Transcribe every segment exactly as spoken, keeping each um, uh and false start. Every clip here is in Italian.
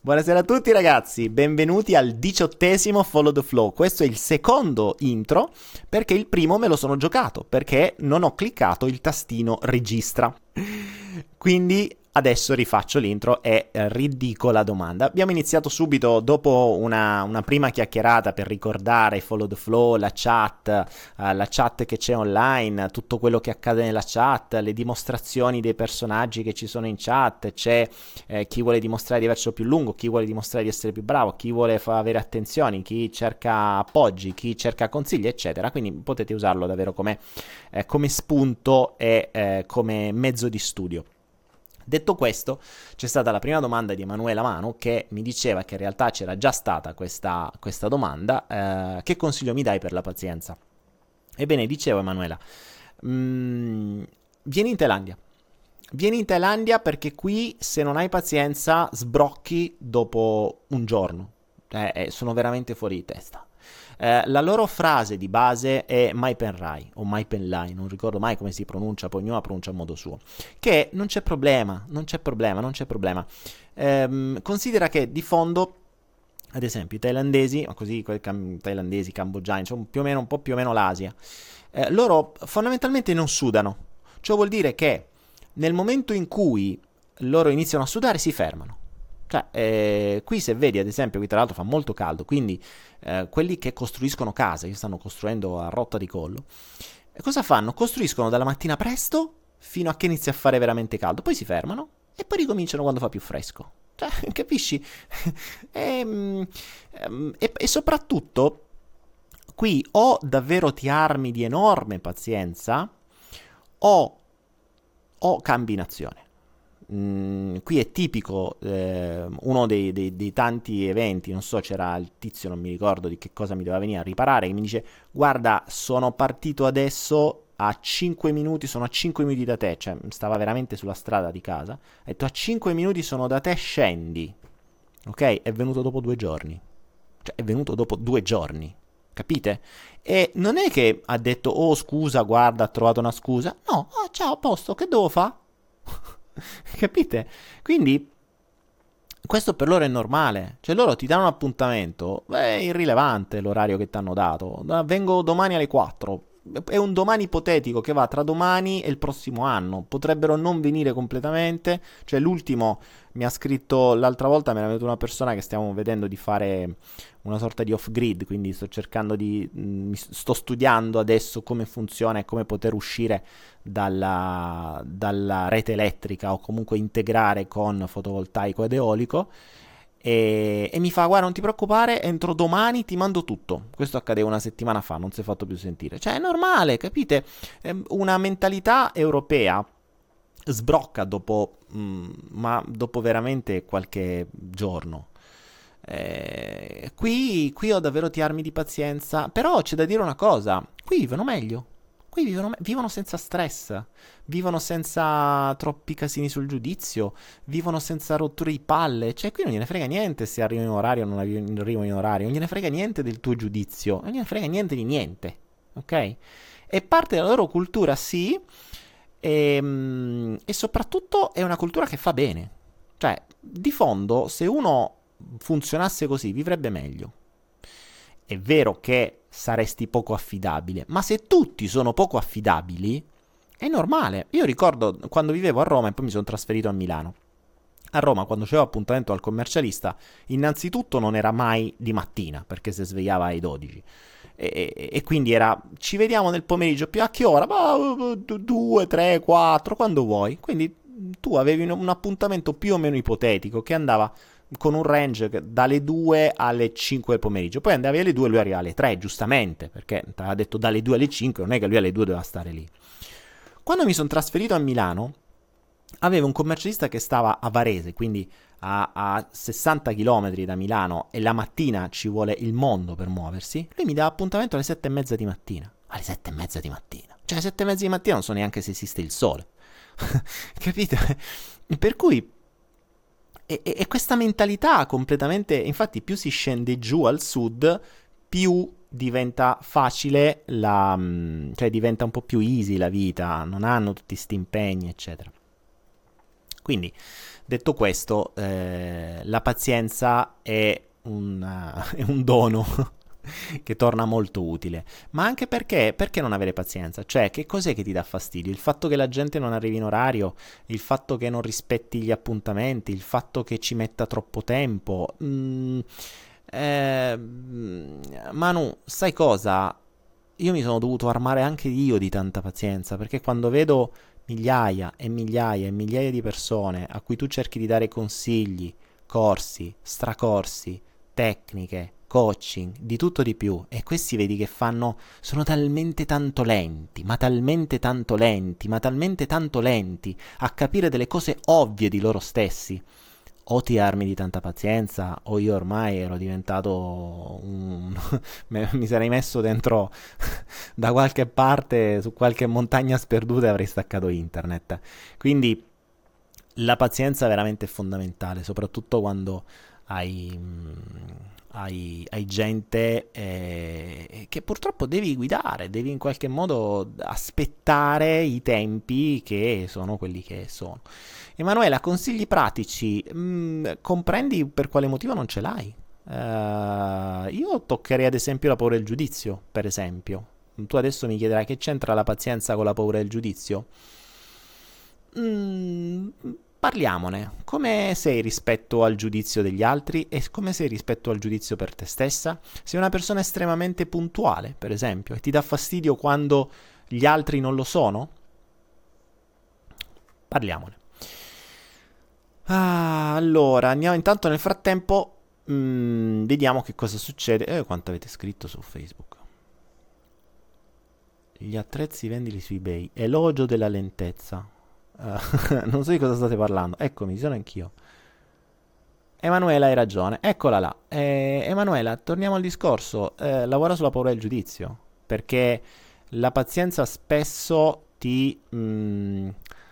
Buonasera a tutti ragazzi, benvenuti al diciottesimo Follow the Flow. Questo è il secondo intro perché il primo me lo sono giocato, perché non ho cliccato il tastino registra. Quindi adesso rifaccio l'intro e eh, ridico la domanda. Abbiamo iniziato subito dopo una, una prima chiacchierata per ricordare Follow the Flow, la chat, eh, la chat che c'è online, tutto quello che accade nella chat, le dimostrazioni dei personaggi che ci sono in chat. C'è eh, chi vuole dimostrare di avercelo più lungo, chi vuole dimostrare di essere più bravo, chi vuole fa avere attenzioni, chi cerca appoggi, chi cerca consigli, eccetera. Quindi potete usarlo davvero come, eh, come spunto e eh, come mezzo di studio. Detto questo, c'è stata la prima domanda di Emanuela Manu che mi diceva che in realtà c'era già stata questa, questa domanda. Eh, che consiglio mi dai per la pazienza? Ebbene, dicevo Emanuela, mm, vieni in Thailandia. Vieni in Thailandia perché qui se non hai pazienza sbrocchi dopo un giorno. Eh, eh, sono veramente fuori di testa. Eh, la loro frase di base è Mai Pen Rai o Mai Pen Lai, non ricordo mai come si pronuncia, poi ognuno la pronuncia a modo suo. Che non c'è problema, non c'è problema, non c'è problema. Ehm, considera che di fondo, ad esempio, i thailandesi, o così, quei cam- thailandesi, cambogiani, cioè più o meno un po' più o meno l'Asia, eh, loro fondamentalmente non sudano. Ciò vuol dire che nel momento in cui loro iniziano a sudare si fermano. Cioè, eh, qui se vedi, ad esempio, qui tra l'altro fa molto caldo, quindi eh, quelli che costruiscono case, che stanno costruendo a rotta di collo, eh, cosa fanno? Costruiscono dalla mattina presto fino a che inizia a fare veramente caldo, poi si fermano e poi ricominciano quando fa più fresco. Cioè, capisci? e, e, e soprattutto, qui o davvero ti armi di enorme pazienza o, o cambi nazione. Mm, qui è tipico eh, uno dei, dei, dei tanti eventi, non so, c'era il tizio, non mi ricordo di che cosa mi doveva venire a riparare, che mi dice guarda, sono partito adesso a cinque minuti, sono a cinque minuti da te, cioè stava veramente sulla strada di casa, ha detto a cinque minuti sono da te, scendi, ok? È venuto dopo due giorni, cioè è venuto dopo due giorni, capite? E non è che ha detto oh scusa, guarda, ha trovato una scusa, no, oh, ciao, a posto, che devo fare? Capite? Quindi questo per loro è normale, cioè loro ti danno un appuntamento, beh, è irrilevante l'orario che ti hanno dato, vengo domani alle quattro, è un domani ipotetico che va tra domani e il prossimo anno, potrebbero non venire completamente, cioè l'ultimo mi ha scritto l'altra volta, mi era venuta una persona che stiamo vedendo di fare una sorta di off-grid, quindi sto cercando di, mh, sto studiando adesso come funziona e come poter uscire dalla, dalla rete elettrica o comunque integrare con fotovoltaico ed eolico. E, e mi fa guarda non ti preoccupare, entro domani ti mando tutto. Questo accadeva una settimana fa, non si è fatto più sentire, cioè è normale, capite? Una mentalità europea sbrocca dopo mh, ma dopo veramente qualche giorno. Eh, qui, qui ho davvero ti armi di pazienza, però c'è da dire una cosa, qui vivono meglio. Qui vivono, vivono senza stress, vivono senza troppi casini sul giudizio, vivono senza rotture di palle. Cioè, qui non gliene frega niente se arrivo in orario o non arrivo in orario, non gliene frega niente del tuo giudizio, non gliene frega niente di niente, ok? È parte della loro cultura, sì, e, e soprattutto è una cultura che fa bene. Cioè, di fondo, se uno funzionasse così, vivrebbe meglio. È vero che saresti poco affidabile, ma se tutti sono poco affidabili, è normale. Io ricordo quando vivevo a Roma e poi mi sono trasferito a Milano. A Roma, quando c'avevo appuntamento al commercialista, innanzitutto non era mai di mattina, perché si svegliava alle dodici. E, e, e quindi era, ci vediamo nel pomeriggio, più a che ora? due, tre, quattro, quando vuoi. Quindi tu avevi un, un appuntamento più o meno ipotetico che andava con un range dalle due alle cinque del pomeriggio. Poi andavi alle due e lui arrivava alle tre, giustamente, perché ti aveva detto dalle due alle cinque, non è che lui alle due doveva stare lì. Quando mi sono trasferito a Milano, avevo un commercialista che stava a Varese, quindi a, a sessanta chilometri da Milano, e la mattina ci vuole il mondo per muoversi. Lui mi dà appuntamento alle sette e mezza di mattina. Alle sette e mezza di mattina. Cioè alle sette e mezza di mattina non so neanche se esiste il sole. Capite? Per cui E, e, e questa mentalità completamente, infatti più si scende giù al sud, più diventa facile la, cioè diventa un po' più easy la vita, non hanno tutti sti impegni, eccetera. Quindi, detto questo, eh, la pazienza è un, uh, è un dono che torna molto utile. Ma anche perché, perché non avere pazienza? Cioè, che cos'è che ti dà fastidio? Il fatto che la gente non arrivi in orario, il fatto che non rispetti gli appuntamenti, il fatto che ci metta troppo tempo. Mm, eh, Manu, sai cosa? Io mi sono dovuto armare anche io di tanta pazienza, perché quando vedo migliaia e migliaia e migliaia di persone a cui tu cerchi di dare consigli, corsi, stracorsi, tecniche, coaching, di tutto di più, e questi vedi che fanno, sono talmente tanto lenti, ma talmente tanto lenti, ma talmente tanto lenti a capire delle cose ovvie di loro stessi. O ti armi di tanta pazienza, o io ormai ero diventato un... mi sarei messo dentro da qualche parte, su qualche montagna sperduta, e avrei staccato internet. Quindi la pazienza è veramente fondamentale, soprattutto quando hai, hai, hai gente eh, che purtroppo devi guidare, devi in qualche modo aspettare i tempi che sono quelli che sono. Emanuela, consigli pratici, mh, comprendi per quale motivo non ce l'hai? Uh, io toccherei ad esempio la paura del giudizio, per esempio. Tu adesso mi chiederai che c'entra la pazienza con la paura del giudizio? Mm, parliamone. Come sei rispetto al giudizio degli altri e come sei rispetto al giudizio per te stessa? Sei una persona estremamente puntuale, per esempio, e ti dà fastidio quando gli altri non lo sono? Parliamone. Ah, allora, andiamo intanto nel frattempo, mm, vediamo che cosa succede. Eh, quanto avete scritto su Facebook. Gli attrezzi vendili su eBay. Elogio della lentezza. Uh, non so di cosa state parlando. Eccomi, sono anch'io. Emanuela, hai ragione. Eccola là. Eh, Emanuela, torniamo al discorso. Eh, lavora sulla paura del giudizio. Perché la pazienza spesso ti... Mm,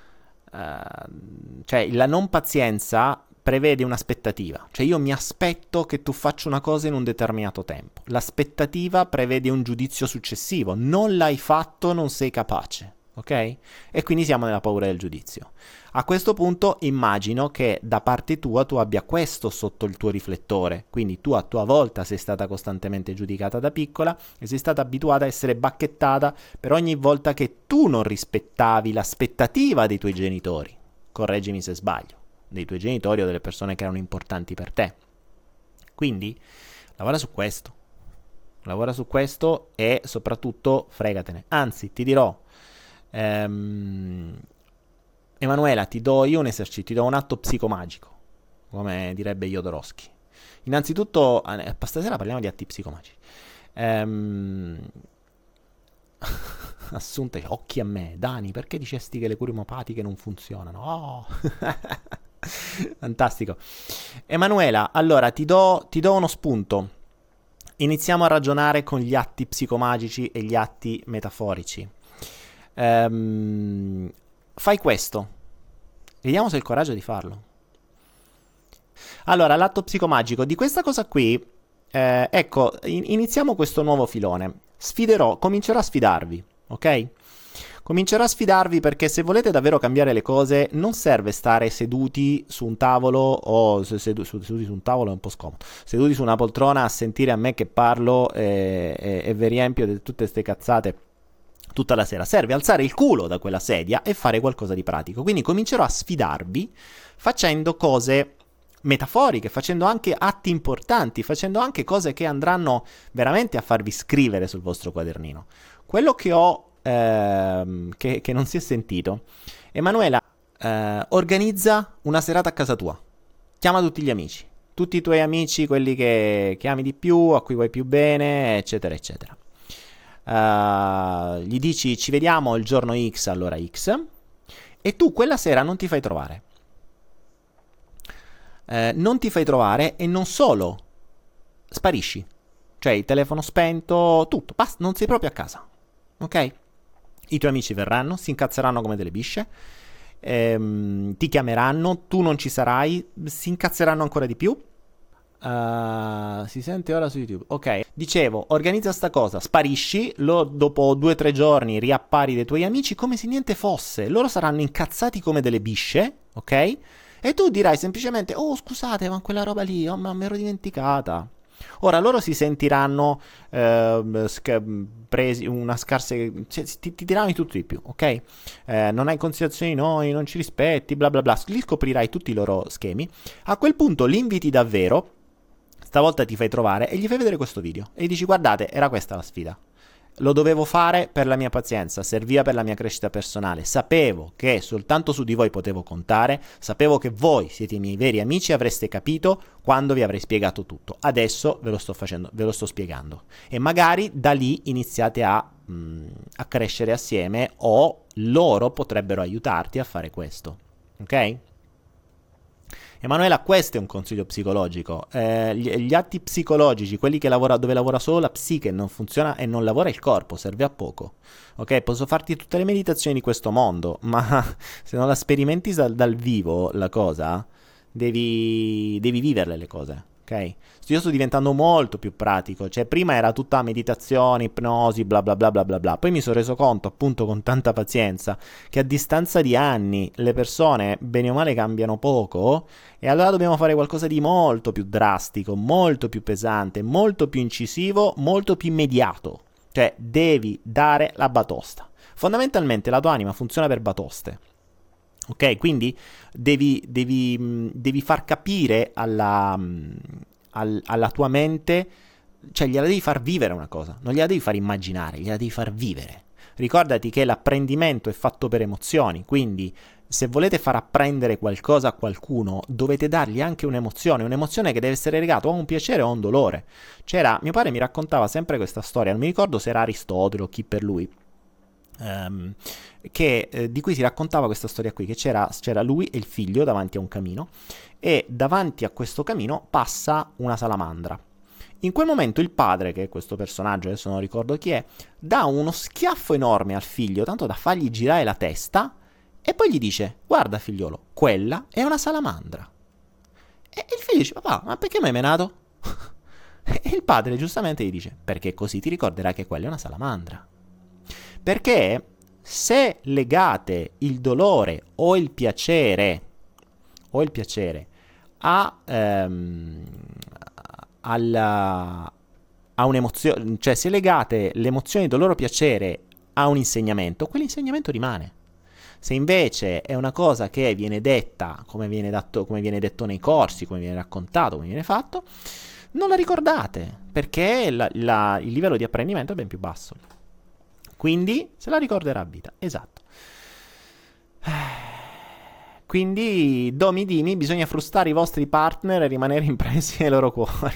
Uh, cioè la non pazienza prevede un'aspettativa, cioè io mi aspetto che tu faccia una cosa in un determinato tempo, l'aspettativa prevede un giudizio successivo, non l'hai fatto, non sei capace, ok? E quindi siamo nella paura del giudizio. A questo punto immagino che da parte tua tu abbia questo sotto il tuo riflettore, quindi tu a tua volta sei stata costantemente giudicata da piccola e sei stata abituata a essere bacchettata per ogni volta che tu non rispettavi l'aspettativa dei tuoi genitori, correggimi se sbaglio, dei tuoi genitori o delle persone che erano importanti per te. Quindi lavora su questo, lavora su questo e soprattutto fregatene, anzi ti dirò, ehm, Emanuela, ti do io un esercizio, ti do un atto psicomagico, come direbbe Jodorowsky. Innanzitutto, eh, stasera parliamo di atti psicomagici. Ehm... Assunte, occhi a me. Dani, perché dicesti che le cure omopatiche non funzionano? Oh! Fantastico. Emanuela, allora ti do, ti do uno spunto. Iniziamo a ragionare con gli atti psicomagici e gli atti metaforici. Ehm... Fai questo. Vediamo se hai il coraggio di farlo. Allora, l'atto psicomagico di questa cosa qui, eh, ecco, in- iniziamo questo nuovo filone. Sfiderò, comincerò a sfidarvi, ok? Comincerò a sfidarvi perché se volete davvero cambiare le cose non serve stare seduti su un tavolo o sedu- seduti su un tavolo è un po' scomodo, seduti su una poltrona a sentire a me che parlo e, e, e vi riempio di tutte queste cazzate tutta la sera. Serve alzare il culo da quella sedia e fare qualcosa di pratico. Quindi comincerò a sfidarvi facendo cose metaforiche, facendo anche atti importanti, facendo anche cose che andranno veramente a farvi scrivere sul vostro quadernino. Quello che ho ehm, che, che non si è sentito, Emanuela, eh, organizza una serata a casa tua, chiama tutti gli amici, tutti i tuoi amici, quelli che, che ami di più, a cui vuoi più bene, eccetera eccetera. Uh, gli dici ci vediamo il giorno X all'ora X e tu quella sera non ti fai trovare, uh, non ti fai trovare e non solo sparisci, cioè il telefono spento, tutto, basta, non sei proprio a casa, ok? I tuoi amici verranno, si incazzeranno come delle bisce, ehm, ti chiameranno, tu non ci sarai, si incazzeranno ancora di più, Uh, si sente ora su YouTube. Ok, dicevo, organizza sta cosa, sparisci, lo, dopo due o tre giorni riappari dei tuoi amici come se niente fosse. Loro saranno incazzati come delle bisce, ok? E tu dirai semplicemente, oh scusate, ma quella roba lì, oh, ma mi ero dimenticata. Ora loro si sentiranno eh, sc- presi una scarsa, cioè, ti, ti diranno di tutto di più, ok? Eh, non hai considerazione di noi, non ci rispetti, bla bla bla. Lì scoprirai tutti i loro schemi. A quel punto li inviti davvero. Stavolta ti fai trovare e gli fai vedere questo video e gli dici guardate, era questa la sfida. Lo dovevo fare per la mia pazienza, serviva per la mia crescita personale. Sapevo che soltanto su di voi potevo contare, sapevo che voi siete i miei veri amici e avreste capito quando vi avrei spiegato tutto. Adesso ve lo sto facendo, ve lo sto spiegando. E magari da lì iniziate a, mh, a crescere assieme o loro potrebbero aiutarti a fare questo. Ok? Emanuela, questo è un consiglio psicologico. Eh, gli, gli atti psicologici, quelli che lavora, dove lavora solo la psiche, non funziona e non lavora il corpo, serve a poco. Ok, posso farti tutte le meditazioni di questo mondo, ma se non la sperimenti dal, dal vivo la cosa, devi, devi viverle le cose. Ok? Io sto diventando molto più pratico, cioè prima era tutta meditazione, ipnosi, bla bla bla bla bla bla, poi mi sono reso conto appunto con tanta pazienza che a distanza di anni le persone bene o male cambiano poco e allora dobbiamo fare qualcosa di molto più drastico, molto più pesante, molto più incisivo, molto più immediato, cioè devi dare la batosta. Fondamentalmente la tua anima funziona per batoste. Ok, quindi devi, devi, devi far capire alla, al, alla tua mente, cioè gliela devi far vivere una cosa, non gliela devi far immaginare, gliela devi far vivere. Ricordati che l'apprendimento è fatto per emozioni, quindi se volete far apprendere qualcosa a qualcuno, dovete dargli anche un'emozione, un'emozione che deve essere legata o a un piacere o a un dolore. C'era, mio padre mi raccontava sempre questa storia, non mi ricordo se era Aristotele o chi per lui, Um, che, eh, di cui si raccontava questa storia qui, che c'era, c'era lui e il figlio davanti a un camino e davanti a questo camino passa una salamandra. In quel momento il padre, che è questo personaggio, adesso non ricordo chi è, dà uno schiaffo enorme al figlio, tanto da fargli girare la testa, e poi gli dice: guarda figliolo, quella è una salamandra. E il figlio dice: papà, ma perché mi hai menato? E il padre giustamente gli dice: perché così ti ricorderai che quella è una salamandra. Perché se legate il dolore o il piacere o il piacere a, ehm, alla, a un'emozione, cioè se legate l'emozione di dolore o piacere a un insegnamento, quell'insegnamento rimane. Se invece è una cosa che viene detta come viene, dato, come viene detto nei corsi, come viene raccontato, come viene fatto, non la ricordate, perché la, la, il livello di apprendimento è ben più basso. Quindi se la ricorderà a vita, esatto. Quindi, domi dimi, bisogna frustrare i vostri partner e rimanere impressi nei loro cuori.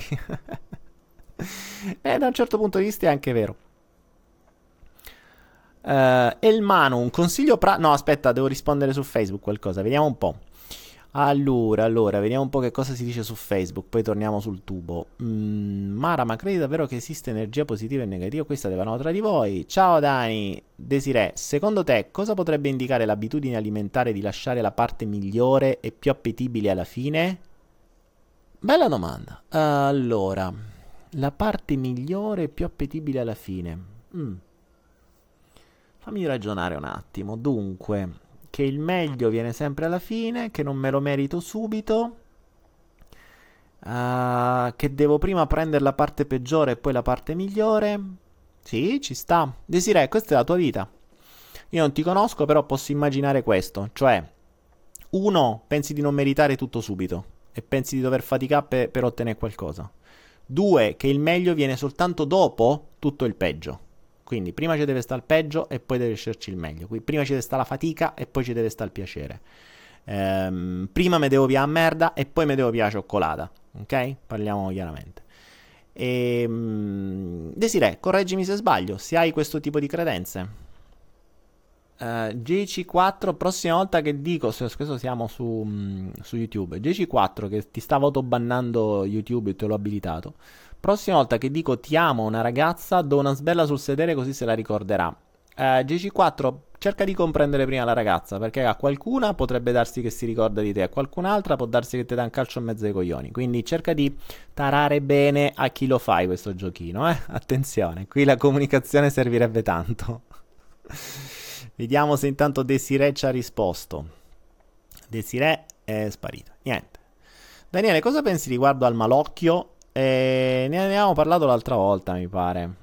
E da un certo punto di vista è anche vero. Uh, Elmano, un consiglio pra... No, aspetta, devo rispondere su Facebook qualcosa, vediamo un po'. Allora, allora, vediamo un po' che cosa si dice su Facebook, poi torniamo sul tubo. Mm, Mara, ma credi davvero che esiste energia positiva e negativa? Questa devono tra di voi. Ciao Dani, Desiree, secondo te cosa potrebbe indicare l'abitudine alimentare di lasciare la parte migliore e più appetibile alla fine? Bella domanda. Allora, la parte migliore e più appetibile alla fine. Mm. Fammi ragionare un attimo. Dunque, che il meglio viene sempre alla fine, che non me lo merito subito, uh, che devo prima prendere la parte peggiore e poi la parte migliore. Sì, ci sta. Desiree, questa è la tua vita. Io non ti conosco, però posso immaginare questo. Cioè, uno, pensi di non meritare tutto subito e pensi di dover faticare per, per ottenere qualcosa. Due, che il meglio viene soltanto dopo tutto il peggio. Quindi prima ci deve stare il peggio e poi deve esserci il meglio. Quindi prima ci deve stare la fatica e poi ci deve stare il piacere. Ehm, prima mi devo via a merda e poi mi devo via a cioccolata. Ok? Parliamo chiaramente. E, um, Desiree, correggimi se sbaglio, se hai questo tipo di credenze. Uh, J C quattro, prossima volta che dico, se questo siamo su, um, su YouTube, J C quattro che ti stava autobannando YouTube e te l'ho abilitato. Prossima volta che dico ti amo una ragazza, do una sbella sul sedere così se la ricorderà. Uh, J C quattro, cerca di comprendere prima la ragazza, perché a qualcuna potrebbe darsi che si ricorda di te, a qualcun'altra può darsi che ti dà un calcio in mezzo ai coglioni, quindi cerca di tarare bene a chi lo fai questo giochino, eh? Attenzione, qui la comunicazione servirebbe tanto. Vediamo se intanto Desiree ci ha risposto. Desiree è sparita, niente. Daniele, cosa pensi riguardo al malocchio? Eh, ne avevamo parlato l'altra volta, mi pare.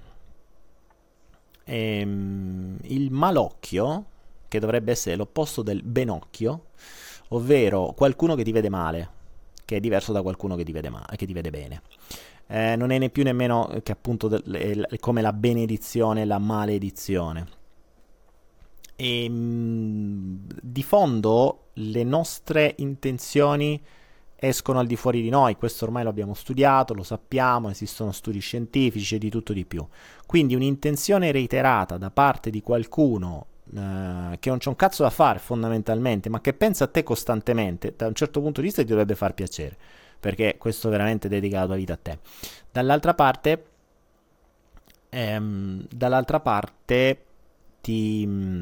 Ehm, il malocchio, che dovrebbe essere l'opposto del benocchio, ovvero qualcuno che ti vede male, che è diverso da qualcuno che ti vede, ma- che ti vede bene. Eh, non è né più nemmeno che appunto del- è come la benedizione e la maledizione. E, mh, di fondo le nostre intenzioni escono al di fuori di noi, questo ormai lo abbiamo studiato, lo sappiamo, esistono studi scientifici e di tutto di più. Quindi un'intenzione reiterata da parte di qualcuno eh, che non c'è un cazzo da fare fondamentalmente, ma che pensa a te costantemente, da un certo punto di vista ti dovrebbe far piacere, perché questo veramente dedica la tua vita a te. Dall'altra parte, ehm, dall'altra parte ti...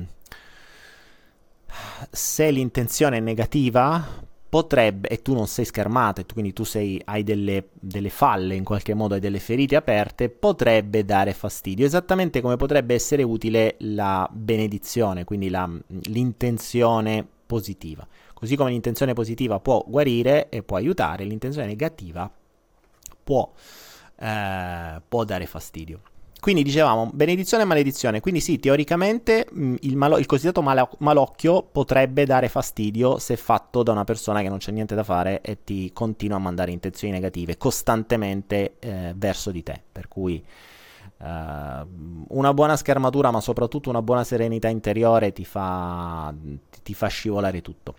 se l'intenzione è negativa potrebbe, e tu non sei schermata, e tu, quindi tu sei, hai delle, delle falle in qualche modo, hai delle ferite aperte, potrebbe dare fastidio, esattamente come potrebbe essere utile la benedizione, quindi la, l'intenzione positiva. Così come l'intenzione positiva può guarire e può aiutare, l'intenzione negativa può, eh, può dare fastidio. Quindi dicevamo benedizione e maledizione, quindi sì, teoricamente mh, il, malo- il cosiddetto malo- malocchio potrebbe dare fastidio se fatto da una persona che non c'è niente da fare e ti continua a mandare intenzioni negative costantemente eh, verso di te, per cui eh, una buona schermatura ma soprattutto una buona serenità interiore ti fa, ti, ti fa scivolare tutto.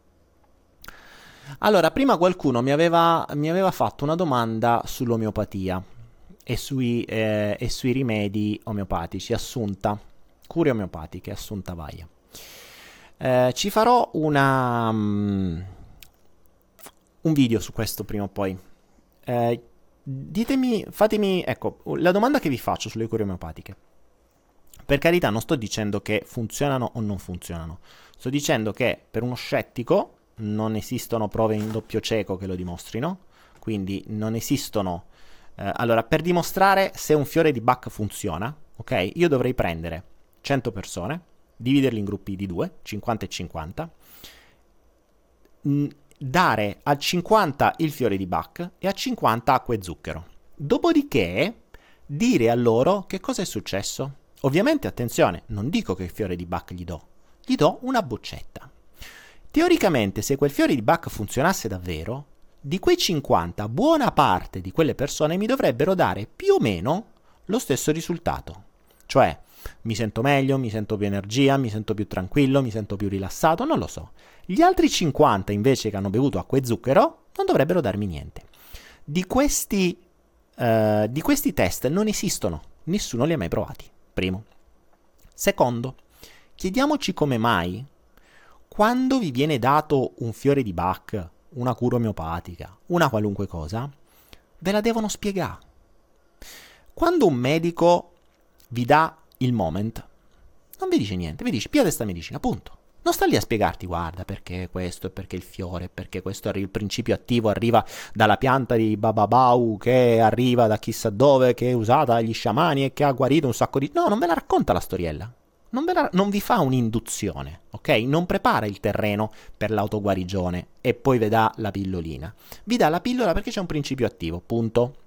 Allora, prima qualcuno mi aveva, mi aveva fatto una domanda sull'omeopatia e sui, eh, e sui rimedi omeopatici, Assunta, cure omeopatiche, Assunta Vaia. Eh, ci farò una, um, un video su questo prima o poi. Eh, ditemi, fatemi, ecco, la domanda che vi faccio sulle cure omeopatiche. Per carità, non sto dicendo che funzionano o non funzionano. Sto dicendo che per uno scettico non esistono prove in doppio cieco che lo dimostrino, quindi non esistono... Eh, allora, per dimostrare se un fiore di Bach funziona, ok, io dovrei prendere cento persone, dividerli in gruppi di due, cinquanta e cinquanta, mh, dare a cinquanta il fiore di Bach e a cinquanta acqua e zucchero. Dopodiché dire a loro che cosa è successo. Ovviamente, attenzione, non dico che il fiore di Bach gli do, gli do una boccetta. Teoricamente, se quel fiore di Bach funzionasse davvero, di quei cinquanta, buona parte di quelle persone mi dovrebbero dare più o meno lo stesso risultato. Cioè, mi sento meglio, mi sento più energia, mi sento più tranquillo, mi sento più rilassato, non lo so. Gli altri cinquanta, invece, che hanno bevuto acqua e zucchero, non dovrebbero darmi niente. Di questi, uh, di questi test non esistono, nessuno li ha mai provati. Primo. Secondo, chiediamoci come mai, quando vi viene dato un fiore di Bach, una cura omeopatica, una qualunque cosa, ve la devono spiegare. Quando un medico vi dà il moment, non vi dice niente, vi dice più questa medicina, punto. Non sta lì a spiegarti, guarda, perché questo, e perché il fiore, perché questo arri- il principio attivo arriva dalla pianta di Bababau, che arriva da chissà dove, che è usata dagli sciamani e che ha guarito un sacco di... No, non ve la racconta la storiella. Non, ve la, non vi fa un'induzione, ok? Non prepara il terreno per l'autoguarigione e poi vi dà la pillolina. Vi dà la pillola perché c'è un principio attivo, punto.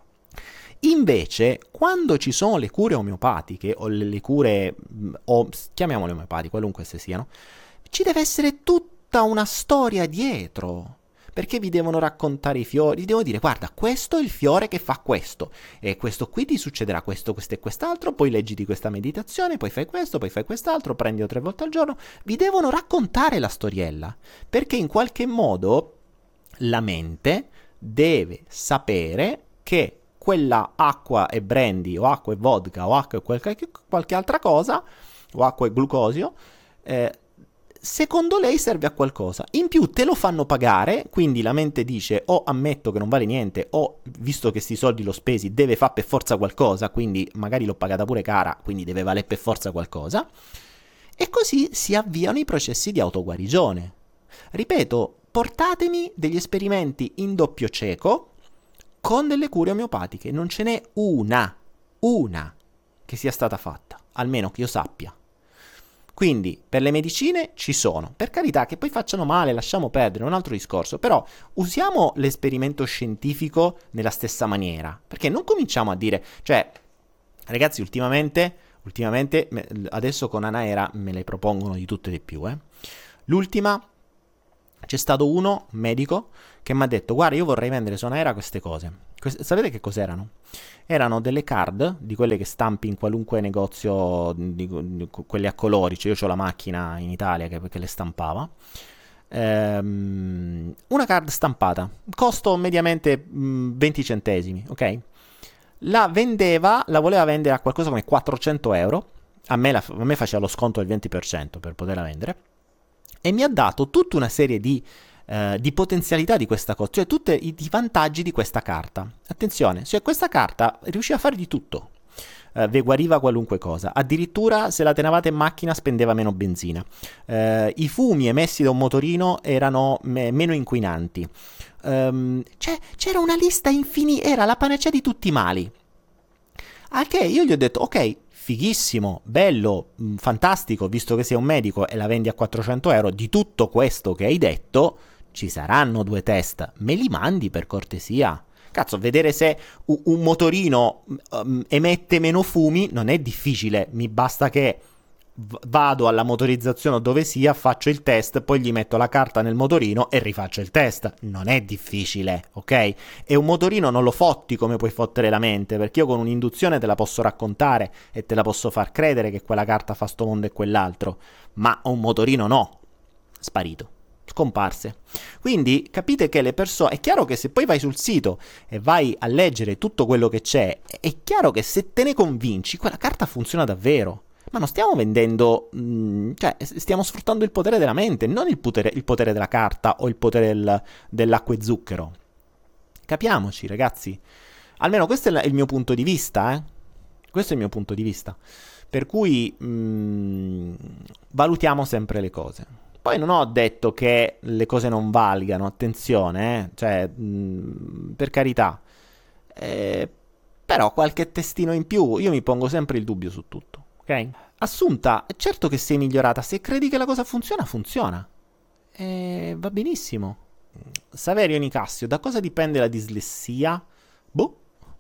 Invece, quando ci sono le cure omeopatiche, o le, le cure, o chiamiamole omeopatiche, qualunque esse siano, ci deve essere tutta una storia dietro. Perché vi devono raccontare i fiori, vi devono dire, guarda, questo è il fiore che fa questo, e questo qui ti succederà questo, questo e quest'altro, poi leggiti questa meditazione, poi fai questo, poi fai quest'altro, prendilo tre volte al giorno. Vi devono raccontare la storiella, perché in qualche modo la mente deve sapere che quella acqua e brandy, o acqua e vodka, o acqua e qualche, qualche altra cosa, o acqua e glucosio, eh, secondo lei serve a qualcosa. In più te lo fanno pagare, quindi la mente dice o ammetto che non vale niente, o visto che sti soldi l'ho spesi deve fare per forza qualcosa, quindi magari l'ho pagata pure cara, quindi deve valere per forza qualcosa. E così si avviano i processi di autoguarigione. Ripeto, portatemi degli esperimenti in doppio cieco con delle cure omeopatiche. Non ce n'è una, una che sia stata fatta, almeno che io sappia. Quindi per le medicine ci sono, per carità, che poi facciano male, lasciamo perdere, è un altro discorso, però usiamo l'esperimento scientifico nella stessa maniera, perché non cominciamo a dire, cioè, ragazzi, ultimamente, ultimamente adesso con Anaera me le propongono di tutte e di più, eh. L'ultima, c'è stato uno, medico, che mi ha detto, guarda, io vorrei vendere su Anaera queste cose. Queste, sapete che cos'erano? Erano delle card, di quelle che stampi in qualunque negozio, di, di, di, quelle a colori, cioè io ho la macchina in Italia che, che le stampava, ehm, una card stampata, costo mediamente mh, venti centesimi, ok? La vendeva, la voleva vendere a qualcosa come quattrocento euro, a me, la, a me faceva lo sconto del venti per cento per poterla vendere, e mi ha dato tutta una serie di Uh, di potenzialità di questa cosa, cioè tutti i, i vantaggi di questa carta. Attenzione, cioè questa carta riusciva a fare di tutto, uh, vi guariva qualunque cosa, addirittura se la tenevate in macchina spendeva meno benzina, uh, i fumi emessi da un motorino erano me- meno inquinanti, um, cioè, c'era una lista infinita, era la panacea di tutti i mali. Al che io gli ho detto, ok, fighissimo, bello, mh, fantastico, visto che sei un medico e la vendi a quattrocento euro, di tutto questo che hai detto ci saranno due test, me li mandi per cortesia? Cazzo, vedere se un, un motorino um, emette meno fumi non è difficile, mi basta che v- vado alla motorizzazione o dove sia, faccio il test, poi gli metto la carta nel motorino e rifaccio il test. Non è difficile, ok? E un motorino non lo fotti come puoi fottere la mente, perché io con un'induzione te la posso raccontare e te la posso far credere che quella carta fa sto mondo e quell'altro, ma un motorino no, sparito, scomparse. Quindi capite che le persone, è chiaro che se poi vai sul sito e vai a leggere tutto quello che c'è, è chiaro che se te ne convinci quella carta funziona davvero. Ma non stiamo vendendo, mh, cioè stiamo sfruttando il potere della mente, non il potere, il potere della carta o il potere del, dell'acqua e zucchero. Capiamoci, ragazzi. Almeno questo è il mio punto di vista, eh. Questo è il mio punto di vista. Per cui mh, valutiamo sempre le cose. Poi non ho detto che le cose non valgano, attenzione, eh? Cioè, mh, per carità. Eh, però qualche testino in più, io mi pongo sempre il dubbio su tutto, ok? Assunta, è certo che sei migliorata, se credi che la cosa funziona, funziona. E va benissimo. Saverio Nicasio, da cosa dipende la dislessia? Boh,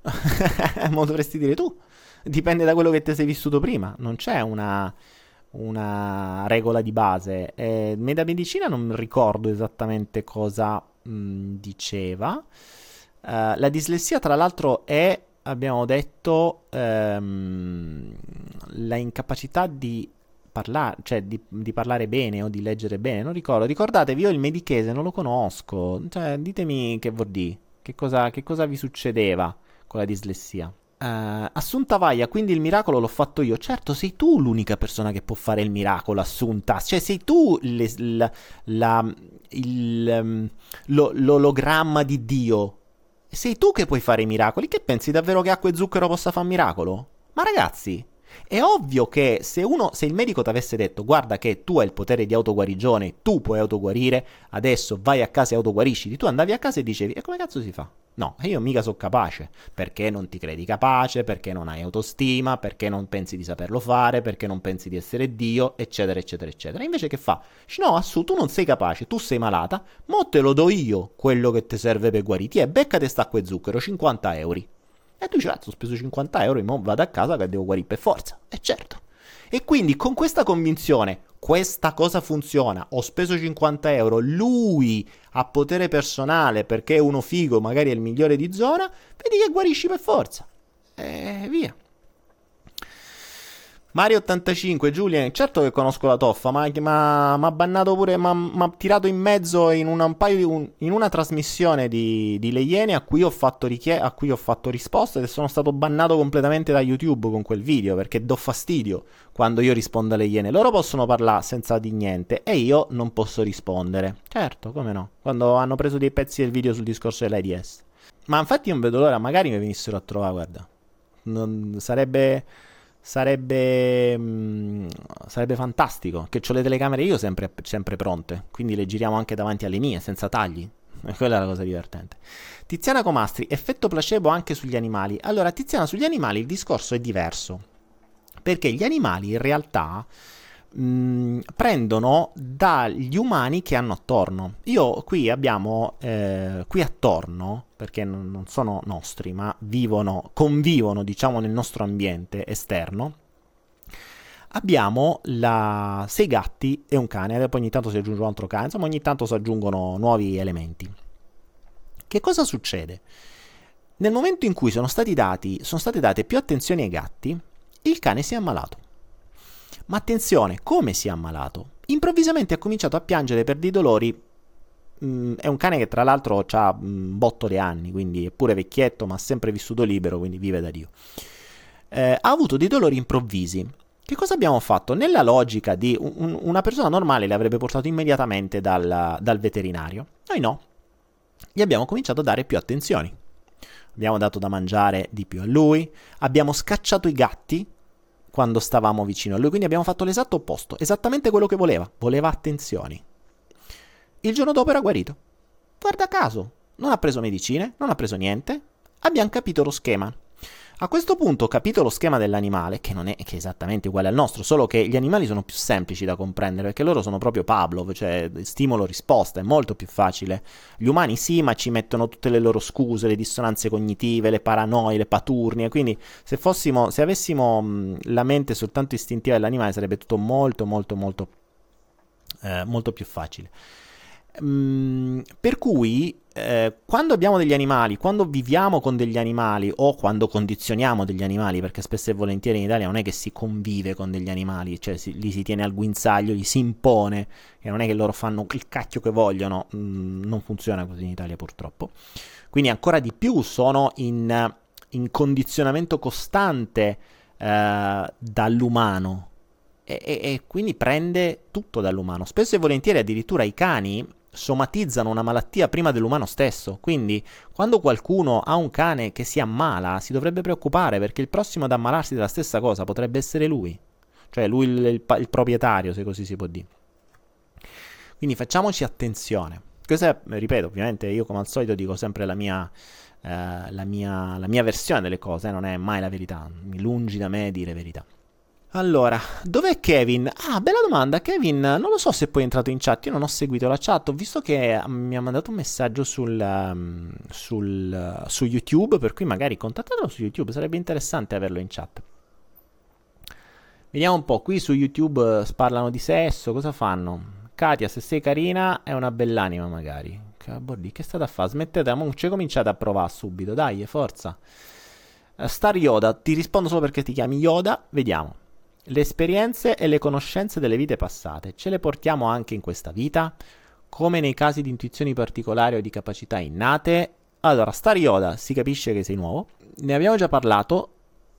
mo dovresti dire tu. Dipende da quello che ti sei vissuto prima, non c'è una... una regola di base. Eh, Medamedicina non ricordo esattamente cosa mh, diceva. Uh, la dislessia, tra l'altro, è, abbiamo detto, ehm, la incapacità di parlare, cioè di, di parlare bene o di leggere bene. Non ricordo. Ricordatevi, io il medichese non lo conosco. Cioè, ditemi che vuol dire. Che cosa, che cosa vi succedeva con la dislessia? Uh, Assunta Vaia, quindi il miracolo l'ho fatto io. Certo, sei tu l'unica persona che può fare il miracolo, Assunta. Cioè, sei tu le, la, la, il, um, lo, l'ologramma di Dio. Sei tu che puoi fare i miracoli. Che pensi davvero che acqua e zucchero possa fare un miracolo? Ma ragazzi, è ovvio che se uno, se il medico ti avesse detto guarda che tu hai il potere di autoguarigione, tu puoi autoguarire, adesso vai a casa e autoguarisciti, tu andavi a casa e dicevi e come cazzo si fa? No, io mica sono capace, perché non ti credi capace, perché non hai autostima, perché non pensi di saperlo fare, perché non pensi di essere Dio, eccetera, eccetera, eccetera. Invece che fa? No, Assu, tu non sei capace, tu sei malata, mo te lo do io, quello che ti serve per guarire. E beccate st'acqua e zucchero, cinquanta euro. E tu dici, cazzo, ho speso cinquanta euro, mo vado a casa che devo guarire per forza. E certo. E quindi con questa convinzione, questa cosa funziona, ho speso cinquanta euro, lui ha potere personale perché è uno figo, magari è il migliore di zona, vedi che guarisci per forza. E via. Mario ottantacinque, Julian, certo che conosco la toffa, ma mi ha bannato pure, mi ha tirato in mezzo in una, un paio di un, in una trasmissione di, di Le Iene a cui ho fatto richie- a cui ho fatto risposta e sono stato bannato completamente da YouTube con quel video perché do fastidio quando io rispondo alle Iene. Loro possono parlare senza di niente e io non posso rispondere. Certo, come no? Quando hanno preso dei pezzi del video sul discorso dell'AIDS. Ma infatti io non vedo l'ora, magari mi venissero a trovare, guarda. Non, sarebbe... Sarebbe, mh, sarebbe fantastico, che ho le telecamere io sempre, sempre pronte, quindi le giriamo anche davanti alle mie, senza tagli. E quella è la cosa divertente. Tiziana Comastri, effetto placebo anche sugli animali. Allora, Tiziana, sugli animali il discorso è diverso, perché gli animali in realtà mh, prendono dagli umani che hanno attorno. Io qui abbiamo, eh, qui attorno, perché non, non sono nostri, ma vivono, convivono, diciamo, nel nostro ambiente esterno, abbiamo la, sei gatti e un cane, e poi ogni tanto si aggiunge un altro cane, insomma ogni tanto si aggiungono nuovi elementi. Che cosa succede? Nel momento in cui sono stati dati, sono state date più attenzioni ai gatti, il cane si è ammalato. Ma attenzione, come si è ammalato? Improvvisamente ha cominciato a piangere per dei dolori. Mm, è un cane che tra l'altro ha un botto di anni, quindi è pure vecchietto, ma ha sempre vissuto libero, quindi vive da Dio. Eh, ha avuto dei dolori improvvisi. Che cosa abbiamo fatto? Nella logica di un, una persona normale le avrebbe portato immediatamente dal, dal veterinario. Noi no. Gli abbiamo cominciato a dare più attenzioni. Abbiamo dato da mangiare di più a lui. Abbiamo scacciato i gatti quando stavamo vicino a lui. Quindi abbiamo fatto l'esatto opposto. Esattamente quello che voleva. Voleva attenzioni. Il giorno dopo era guarito. Guarda caso. Non ha preso medicine. Non ha preso niente. Abbiamo capito lo schema. A questo punto ho capito lo schema dell'animale, che non è, che è esattamente uguale al nostro, solo che gli animali sono più semplici da comprendere, perché loro sono proprio Pavlov, cioè stimolo-risposta, è molto più facile. Gli umani sì, ma ci mettono tutte le loro scuse, le dissonanze cognitive, le paranoie, le paturnie, quindi se fossimo, se avessimo mh, la mente soltanto istintiva dell'animale sarebbe tutto molto, molto, molto, eh, molto più facile. Mm, per cui eh, quando abbiamo degli animali, quando viviamo con degli animali o quando condizioniamo degli animali, perché spesso e volentieri in Italia non è che si convive con degli animali, cioè si, li si tiene al guinzaglio, gli si impone, e non è che loro fanno il cacchio che vogliono, mm, non funziona così in Italia purtroppo. Quindi ancora di più sono in, in condizionamento costante eh, dall'umano e, e, e quindi prende tutto dall'umano. Spesso e volentieri addirittura i cani somatizzano una malattia prima dell'umano stesso, quindi quando qualcuno ha un cane che si ammala si dovrebbe preoccupare, perché il prossimo ad ammalarsi della stessa cosa potrebbe essere lui, cioè lui il, il, il proprietario, se così si può dire. Quindi facciamoci attenzione. Questa è, ripeto, ovviamente io come al solito dico sempre la mia, eh, la mia, la mia versione delle cose, eh, non è mai la verità, lungi da me dire verità. Allora, dov'è Kevin? Ah, bella domanda. Kevin, non lo so se poi è entrato in chat. Io non ho seguito la chat. Ho visto che mi ha mandato un messaggio sul, um, sul, uh, su YouTube, per cui magari contattatelo su YouTube. Sarebbe interessante averlo in chat. Vediamo un po'. Qui su YouTube uh, parlano di sesso. Cosa fanno? Katia, se sei carina, è una bell'anima magari. Che, che state a fare? Smettete, mo ci cominciate a provare subito. Dai, forza. Uh, Star Yoda, ti rispondo solo perché ti chiami Yoda. Vediamo. Le esperienze e le conoscenze delle vite passate ce le portiamo anche in questa vita, come nei casi di intuizioni particolari o di capacità innate. Allora, Star Yoda, si capisce che sei nuovo, ne abbiamo già parlato.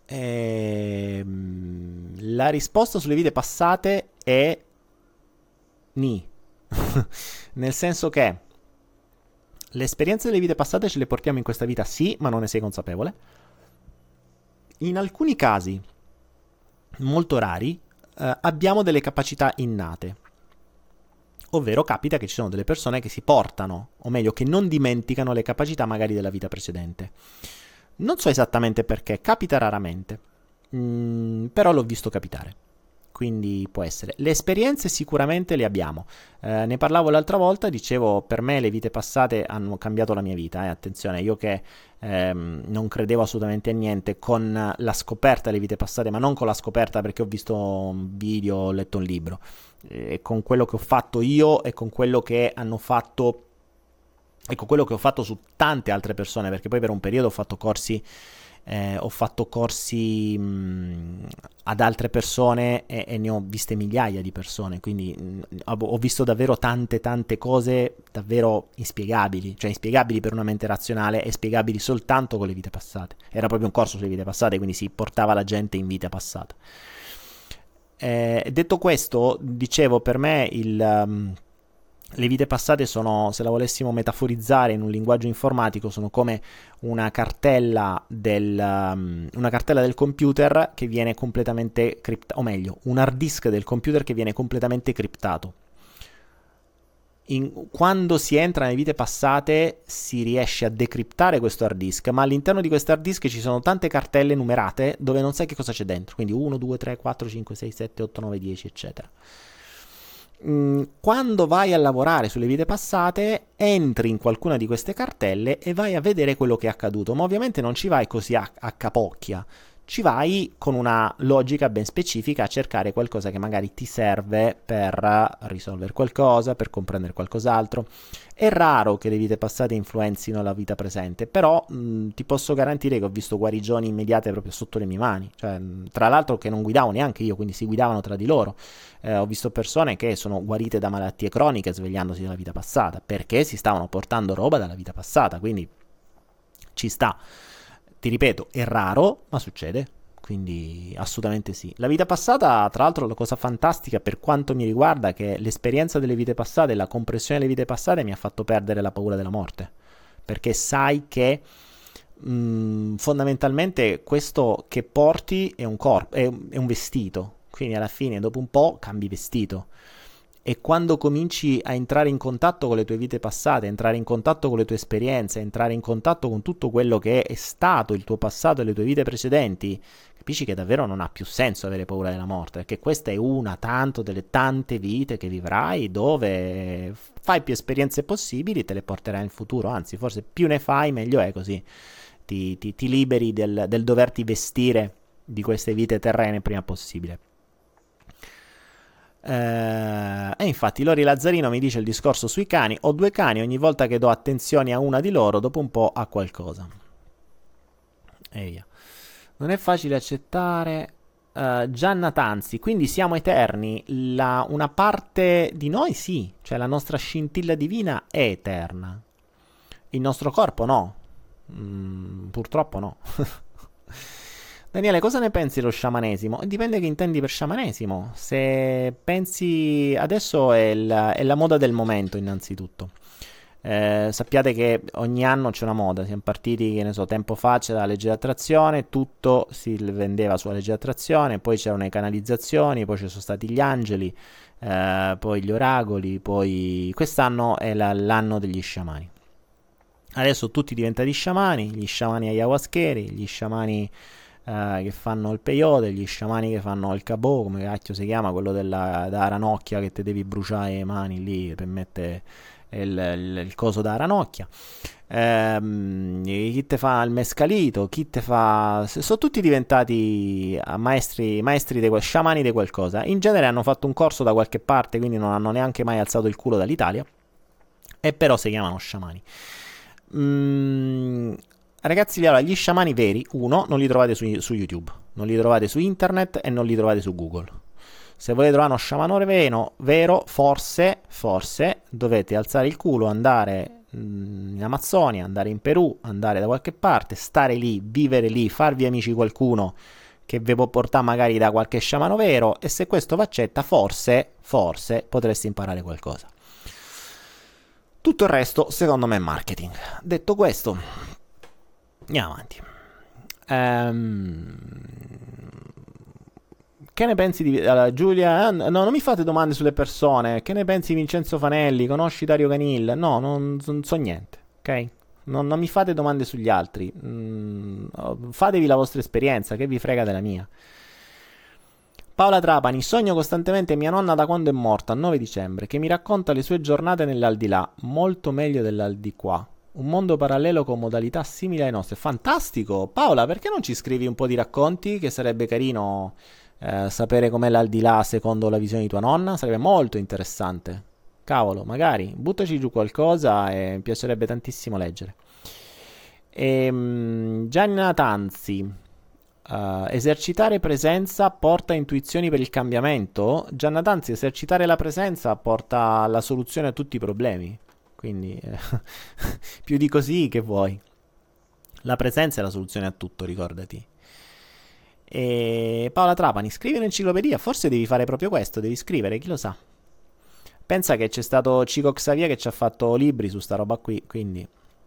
Ehm, la risposta sulle vite passate è ni, nel senso che le esperienze delle vite passate ce le portiamo in questa vita, sì, ma non ne sei consapevole. In alcuni casi molto rari, eh, abbiamo delle capacità innate, ovvero capita che ci sono delle persone che si portano, o meglio che non dimenticano le capacità magari della vita precedente. Non so esattamente perché, capita raramente, mm, però l'ho visto capitare, quindi può essere. Le esperienze sicuramente le abbiamo, eh, ne parlavo l'altra volta, dicevo per me le vite passate hanno cambiato la mia vita, eh. Attenzione, io che ehm, non credevo assolutamente a niente, con la scoperta delle vite passate, ma non con la scoperta perché ho visto un video, ho letto un libro, e con quello che ho fatto io e con quello che hanno fatto, e con quello che ho fatto su tante altre persone, perché poi per un periodo ho fatto corsi Eh, ho fatto corsi mh, ad altre persone e, e ne ho viste migliaia di persone, quindi mh, ho visto davvero tante tante cose davvero inspiegabili, cioè inspiegabili per una mente razionale e spiegabili soltanto con le vite passate. Era proprio un corso sulle vite passate, quindi si portava la gente in vita passata. Eh, detto questo, dicevo, per me il... Um, Le vite passate sono, se la volessimo metaforizzare in un linguaggio informatico, sono come una cartella del, um, una cartella del computer che viene completamente criptata, o meglio, un hard disk del computer che viene completamente criptato. In, quando si entra nelle vite passate si riesce a decriptare questo hard disk, ma all'interno di questo hard disk ci sono tante cartelle numerate dove non sai che cosa c'è dentro, quindi uno, due, tre, quattro, cinque, sei, sette, otto, nove, dieci, eccetera. Quando vai a lavorare sulle vite passate, entri in qualcuna di queste cartelle e vai a vedere quello che è accaduto, ma ovviamente non ci vai così a, a capocchia, ci vai con una logica ben specifica a cercare qualcosa che magari ti serve per risolvere qualcosa, per comprendere qualcos'altro. È raro che le vite passate influenzino la vita presente, però mh, ti posso garantire che ho visto guarigioni immediate proprio sotto le mie mani, cioè, mh, tra l'altro che non guidavo neanche io, quindi si guidavano tra di loro. Eh, ho visto persone che sono guarite da malattie croniche svegliandosi dalla vita passata, perché si stavano portando roba dalla vita passata, quindi ci sta. Ti ripeto, è raro, ma succede, quindi assolutamente sì. La vita passata, tra l'altro, la cosa fantastica per quanto mi riguarda è che l'esperienza delle vite passate, la compressione delle vite passate mi ha fatto perdere la paura della morte, perché sai che mh, fondamentalmente questo che porti è un corpo, è, è un vestito, quindi alla fine dopo un po' cambi vestito. E quando cominci a entrare in contatto con le tue vite passate, entrare in contatto con le tue esperienze, entrare in contatto con tutto quello che è stato il tuo passato e le tue vite precedenti, capisci che davvero non ha più senso avere paura della morte, perché questa è una tanto delle tante vite che vivrai dove fai più esperienze possibili, te le porterai in futuro, anzi forse più ne fai meglio è, così ti, ti, ti liberi del, del doverti vestire di queste vite terrene prima possibile. Uh, e infatti Lori Lazzarino mi dice il discorso sui cani: ho due cani, ogni volta che do attenzioni a una di loro dopo un po' ha qualcosa. E via. Non è facile accettare. uh, Gianna Tanzi: quindi siamo eterni. La, una parte di noi sì, cioè la nostra scintilla divina è eterna, il nostro corpo no. mm, purtroppo no. Daniele, cosa ne pensi dello sciamanesimo? Dipende che intendi per sciamanesimo. Se pensi... Adesso è, il, è la moda del momento, innanzitutto. Eh, sappiate che ogni anno c'è una moda. Siamo partiti, che ne so, tempo fa c'era la legge di attrazione, tutto si vendeva sulla legge di attrazione, poi c'erano le canalizzazioni, poi ci sono stati gli angeli, eh, poi gli oracoli, poi... Quest'anno è la, l'anno degli sciamani. Adesso tutti diventati sciamani, gli sciamani ayahuascheri, gli sciamani... Uh, che fanno il peyote, gli sciamani che fanno il cabò, come cacchio si chiama, quello della da ranocchia che te devi bruciare le mani lì per mettere il, il, il coso da ranocchia. Um, chi te fa il mescalito, chi te fa... sono tutti diventati maestri, maestri di quel, sciamani di qualcosa. In genere hanno fatto un corso da qualche parte, quindi non hanno neanche mai alzato il culo dall'Italia, e però si chiamano sciamani. Mm, Ragazzi, allora, gli sciamani veri, uno, non li trovate su, su YouTube, non li trovate su internet e non li trovate su Google. Se volete trovare uno sciamano vero, vero forse, forse dovete alzare il culo, andare mh, in Amazzonia, andare in Perù, andare da qualche parte, stare lì, vivere lì, farvi amici qualcuno che vi può portare magari da qualche sciamano vero, e se questo vi accetta, forse, forse potreste imparare qualcosa. Tutto il resto, secondo me, è marketing. Detto questo, andiamo avanti. Um, che ne pensi di uh, Giulia? No, non mi fate domande sulle persone. Che ne pensi di Vincenzo Fanelli? Conosci Dario Canil? No, non, non so niente. Ok? Non, non mi fate domande sugli altri. Mm, fatevi la vostra esperienza. Che vi frega della mia. Paola Trapani: sogno costantemente mia nonna da quando è morta, il nove dicembre, che mi racconta le sue giornate nell'aldilà, molto meglio dell'aldiquà. Un mondo parallelo con modalità simili alle nostre. Fantastico! Paola, perché non ci scrivi un po' di racconti? Che sarebbe carino eh, sapere com'è l'aldilà secondo la visione di tua nonna. Sarebbe molto interessante. Cavolo, magari, buttaci giù qualcosa e mi piacerebbe tantissimo leggere. Ehm, Gianna Tanzi: Uh, esercitare presenza porta intuizioni per il cambiamento. Gianna Tanzi, esercitare la presenza porta la soluzione a tutti i problemi. Quindi eh, più di così che vuoi. La presenza è la soluzione a tutto, ricordati. E Paola Trapani: scrivi un'enciclopedia. Forse devi fare proprio questo, devi scrivere, chi lo sa. Pensa che c'è stato Cico Xavier che ci ha fatto libri su sta roba qui, quindi...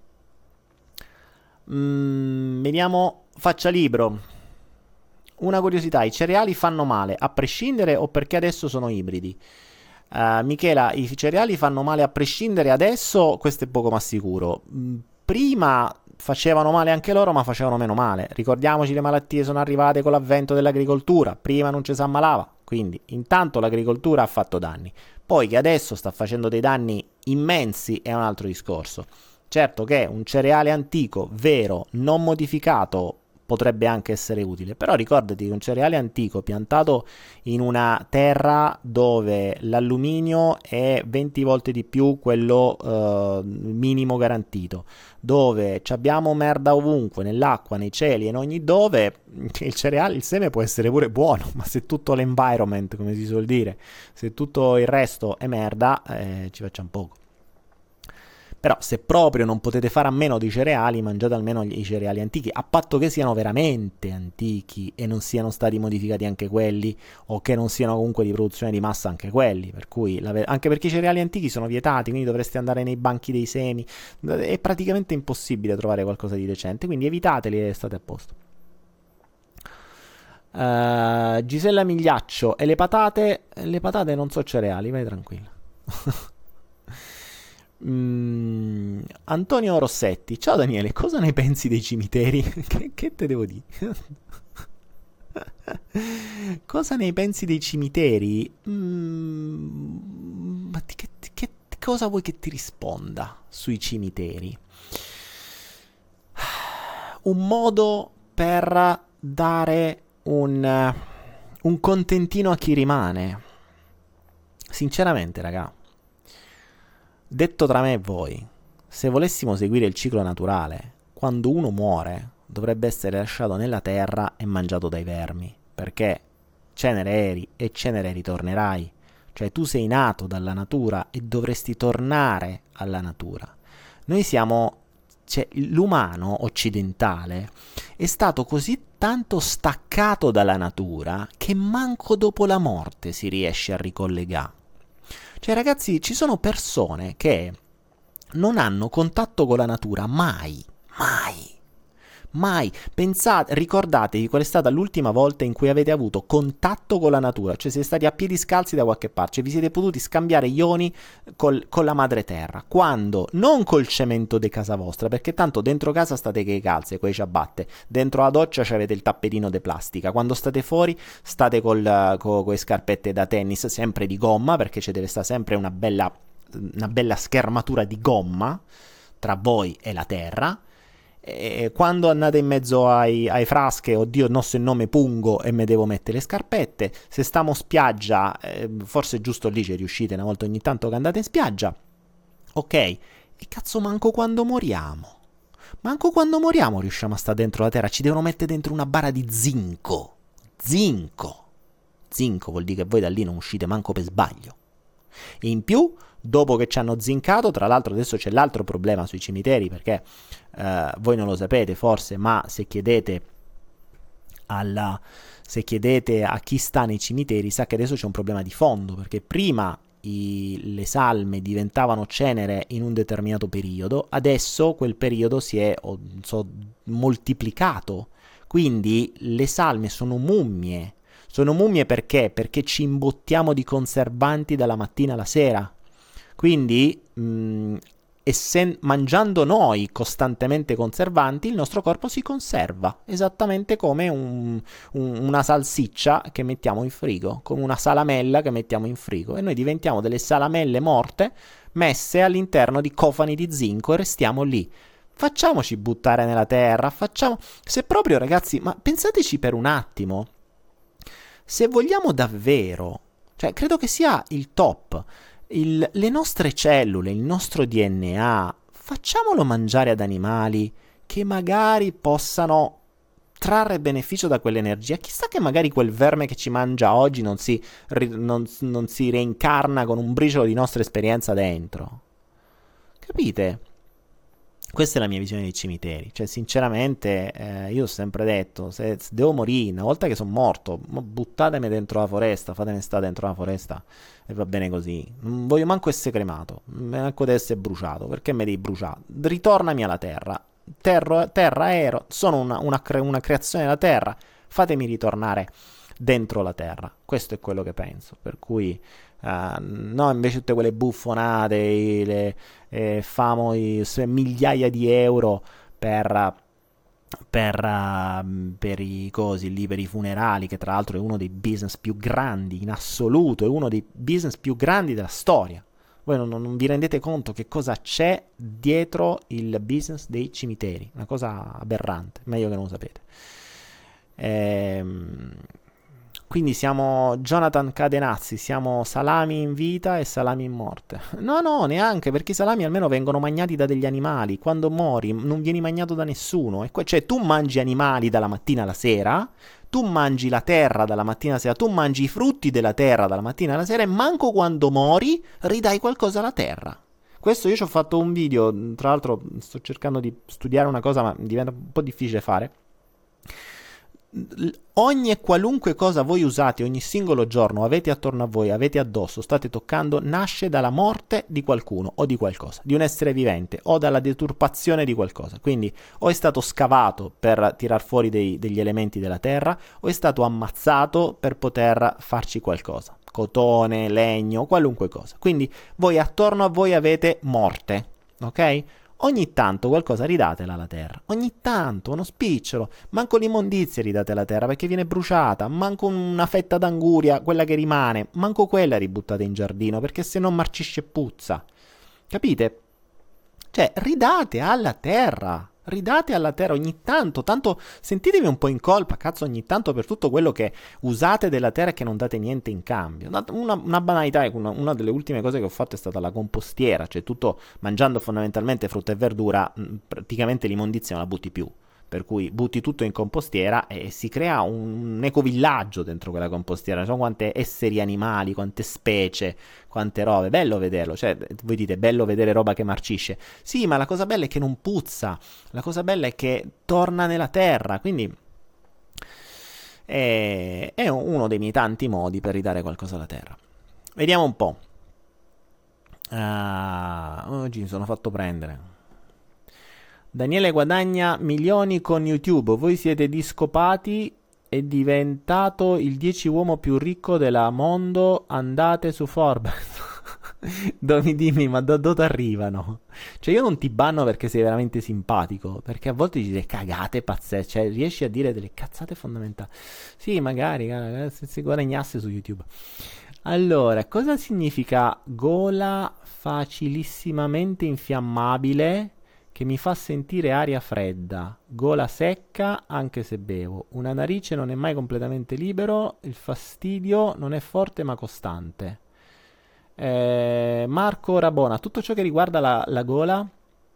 Mm, vediamo, faccia libro. Una curiosità, i cereali fanno male a prescindere o perché adesso sono ibridi? Uh, Michela, i cereali fanno male a prescindere adesso, questo è poco ma sicuro. Mm, prima facevano male anche loro, ma facevano meno male. Ricordiamoci, le malattie sono arrivate con l'avvento dell'agricoltura, prima non ci si ammalava, quindi intanto l'agricoltura ha fatto danni. Poi che adesso sta facendo dei danni immensi è un altro discorso. Certo che un cereale antico, vero, non modificato, potrebbe anche essere utile, però ricordati che un cereale antico piantato in una terra dove l'alluminio è venti volte di più quello eh, minimo garantito, dove abbiamo merda ovunque, nell'acqua, nei cieli e in ogni dove, il cereale, il seme può essere pure buono, ma se tutto l'environment, come si suol dire, se tutto il resto è merda, eh, ci facciamo poco. Però se proprio non potete fare a meno di cereali, mangiate almeno i cereali antichi, a patto che siano veramente antichi e non siano stati modificati anche quelli, o che non siano comunque di produzione di massa anche quelli, per cui la, anche perché i cereali antichi sono vietati, quindi dovreste andare nei banchi dei semi, è praticamente impossibile trovare qualcosa di decente, quindi evitateli e state a posto. Uh, Gisella Migliaccio, e le patate? Le patate non so cereali, vai tranquilla. Mm, Antonio Rossetti, ciao Daniele, cosa ne pensi dei cimiteri? che, che te devo dire? Cosa ne pensi dei cimiteri? Mm, ma che, che cosa vuoi che ti risponda sui cimiteri? Un modo per dare un, un contentino a chi rimane. Sinceramente, raga. Detto tra me e voi, se volessimo seguire il ciclo naturale, quando uno muore dovrebbe essere lasciato nella terra e mangiato dai vermi, perché cenere eri e cenere ritornerai. Cioè tu sei nato dalla natura e dovresti tornare alla natura. Noi siamo, cioè, l'umano occidentale è stato così tanto staccato dalla natura che manco dopo la morte si riesce a ricollegare. Cioè ragazzi, ci sono persone che non hanno contatto con la natura mai, mai, mai. Pensate, ricordatevi qual è stata l'ultima volta in cui avete avuto contatto con la natura, cioè siete stati a piedi scalzi da qualche parte, cioè vi siete potuti scambiare ioni col, con la madre terra, quando? Non col cemento di casa vostra, perché tanto dentro casa state che calze, quei ciabatte, dentro la doccia avete il tappetino di plastica, quando state fuori state col, con le scarpette da tennis, sempre di gomma, perché ci deve stare sempre una bella, una bella schermatura di gomma tra voi e la terra. E quando andate in mezzo ai, ai frasche, oddio, il nostro nome pungo e me devo mettere le scarpette. Se stiamo in spiaggia, eh, forse giusto lì ci riuscite una volta ogni tanto che andate in spiaggia. Ok, e cazzo manco quando moriamo. Manco quando moriamo riusciamo a stare dentro la terra. Ci devono mettere dentro una bara di zinco. Zinco. Zinco vuol dire che voi da lì non uscite manco per sbaglio. E in più, dopo che ci hanno zincato, tra l'altro adesso c'è l'altro problema sui cimiteri, perché eh, voi non lo sapete forse, ma se chiedete alla, se chiedete a chi sta nei cimiteri, sa che adesso c'è un problema di fondo, perché prima i, le salme diventavano cenere in un determinato periodo, adesso quel periodo si è oh, so, moltiplicato, quindi le salme sono mummie. Sono mummie perché? Perché ci imbottiamo di conservanti dalla mattina alla sera. Quindi, mh, essen- mangiando noi costantemente conservanti, il nostro corpo si conserva, esattamente come un, un, una salsiccia che mettiamo in frigo, come una salamella che mettiamo in frigo, e noi diventiamo delle salamelle morte messe all'interno di cofani di zinco e restiamo lì. Facciamoci buttare nella terra, facciamo... Se proprio, ragazzi, ma pensateci per un attimo... Se vogliamo davvero, cioè credo che sia il top, il, le nostre cellule, il nostro D N A, facciamolo mangiare ad animali che magari possano trarre beneficio da quell'energia. Chissà che magari quel verme che ci mangia oggi non si, non, non si reincarna con un briciolo di nostra esperienza dentro. Capite? Questa è la mia visione dei cimiteri. Cioè, sinceramente, eh, io ho sempre detto, se, se devo morire, una volta che sono morto, buttatemi dentro la foresta, fatemi stare dentro la foresta e va bene così. Non voglio manco essere cremato, manco di essere bruciato, perché mi devi bruciare? Ritornami alla terra. Terra, terra aereo, sono una, una, cre- una creazione della terra, fatemi ritornare dentro la terra. Questo è quello che penso, per cui... Uh, no, invece tutte quelle buffonate, le, eh, famo i, migliaia di euro per, per, uh, per i cosi lì, per i funerali, che tra l'altro è uno dei business più grandi in assoluto, è uno dei business più grandi della storia. Voi non, non vi rendete conto che cosa c'è dietro il business dei cimiteri, una cosa aberrante, meglio che non lo sapete. Ehm... Quindi siamo Jonathan Cadenazzi, siamo salami in vita e salami in morte. No, no, neanche, perché i salami almeno vengono mangiati da degli animali. Quando muori non vieni mangiato da nessuno. E que- cioè tu mangi animali dalla mattina alla sera, tu mangi la terra dalla mattina alla sera, tu mangi i frutti della terra dalla mattina alla sera e manco quando mori ridai qualcosa alla terra. Questo io ci ho fatto un video, tra l'altro sto cercando di studiare una cosa ma diventa un po' difficile fare. Ogni e qualunque cosa voi usate ogni singolo giorno, avete attorno a voi, avete addosso, state toccando, nasce dalla morte di qualcuno o di qualcosa, di un essere vivente o dalla deturpazione di qualcosa. Quindi o è stato scavato per tirar fuori dei, degli elementi della terra o è stato ammazzato per poter farci qualcosa, cotone, legno, qualunque cosa. Quindi voi attorno a voi avete morte, ok? Ogni tanto qualcosa ridatela alla terra, ogni tanto, uno spicciolo, manco l'immondizia ridate alla terra perché viene bruciata, manco una fetta d'anguria, quella che rimane, manco quella ributtate in giardino perché se no marcisce e puzza, capite? Cioè ridate alla terra, ridate alla terra ogni tanto, tanto sentitevi un po' in colpa, cazzo, ogni tanto per tutto quello che usate della terra e che non date niente in cambio. Una, una banalità, una, una delle ultime cose che ho fatto è stata la compostiera, cioè tutto mangiando fondamentalmente frutta e verdura, praticamente l'immondizia non la butti più. Per cui butti tutto in compostiera e si crea un, un ecovillaggio dentro quella compostiera. Non so quante esseri animali, quante specie, quante robe. Bello vederlo. Cioè, voi dite, bello vedere roba che marcisce. Sì, ma la cosa bella è che non puzza. La cosa bella è che torna nella terra. Quindi è, è uno dei miei tanti modi per ridare qualcosa alla terra. Vediamo un po'. Uh, oggi mi sono fatto prendere. Daniele guadagna milioni con YouTube, voi siete discopati, è diventato il dieci uomo più ricco del mondo, andate su Forbes. Domi, dimmi, ma da dove arrivano? Cioè io non ti banno perché sei veramente simpatico, perché a volte dici delle cagate pazzesche, cioè riesci a dire delle cazzate fondamentali. Sì, magari, se si guadagnasse su YouTube. Allora, cosa significa gola facilissimamente infiammabile? Che mi fa sentire aria fredda, gola secca anche se bevo, una narice non è mai completamente libero, il fastidio non è forte ma costante. Eh, Marco Rabona, tutto ciò che riguarda la, la gola,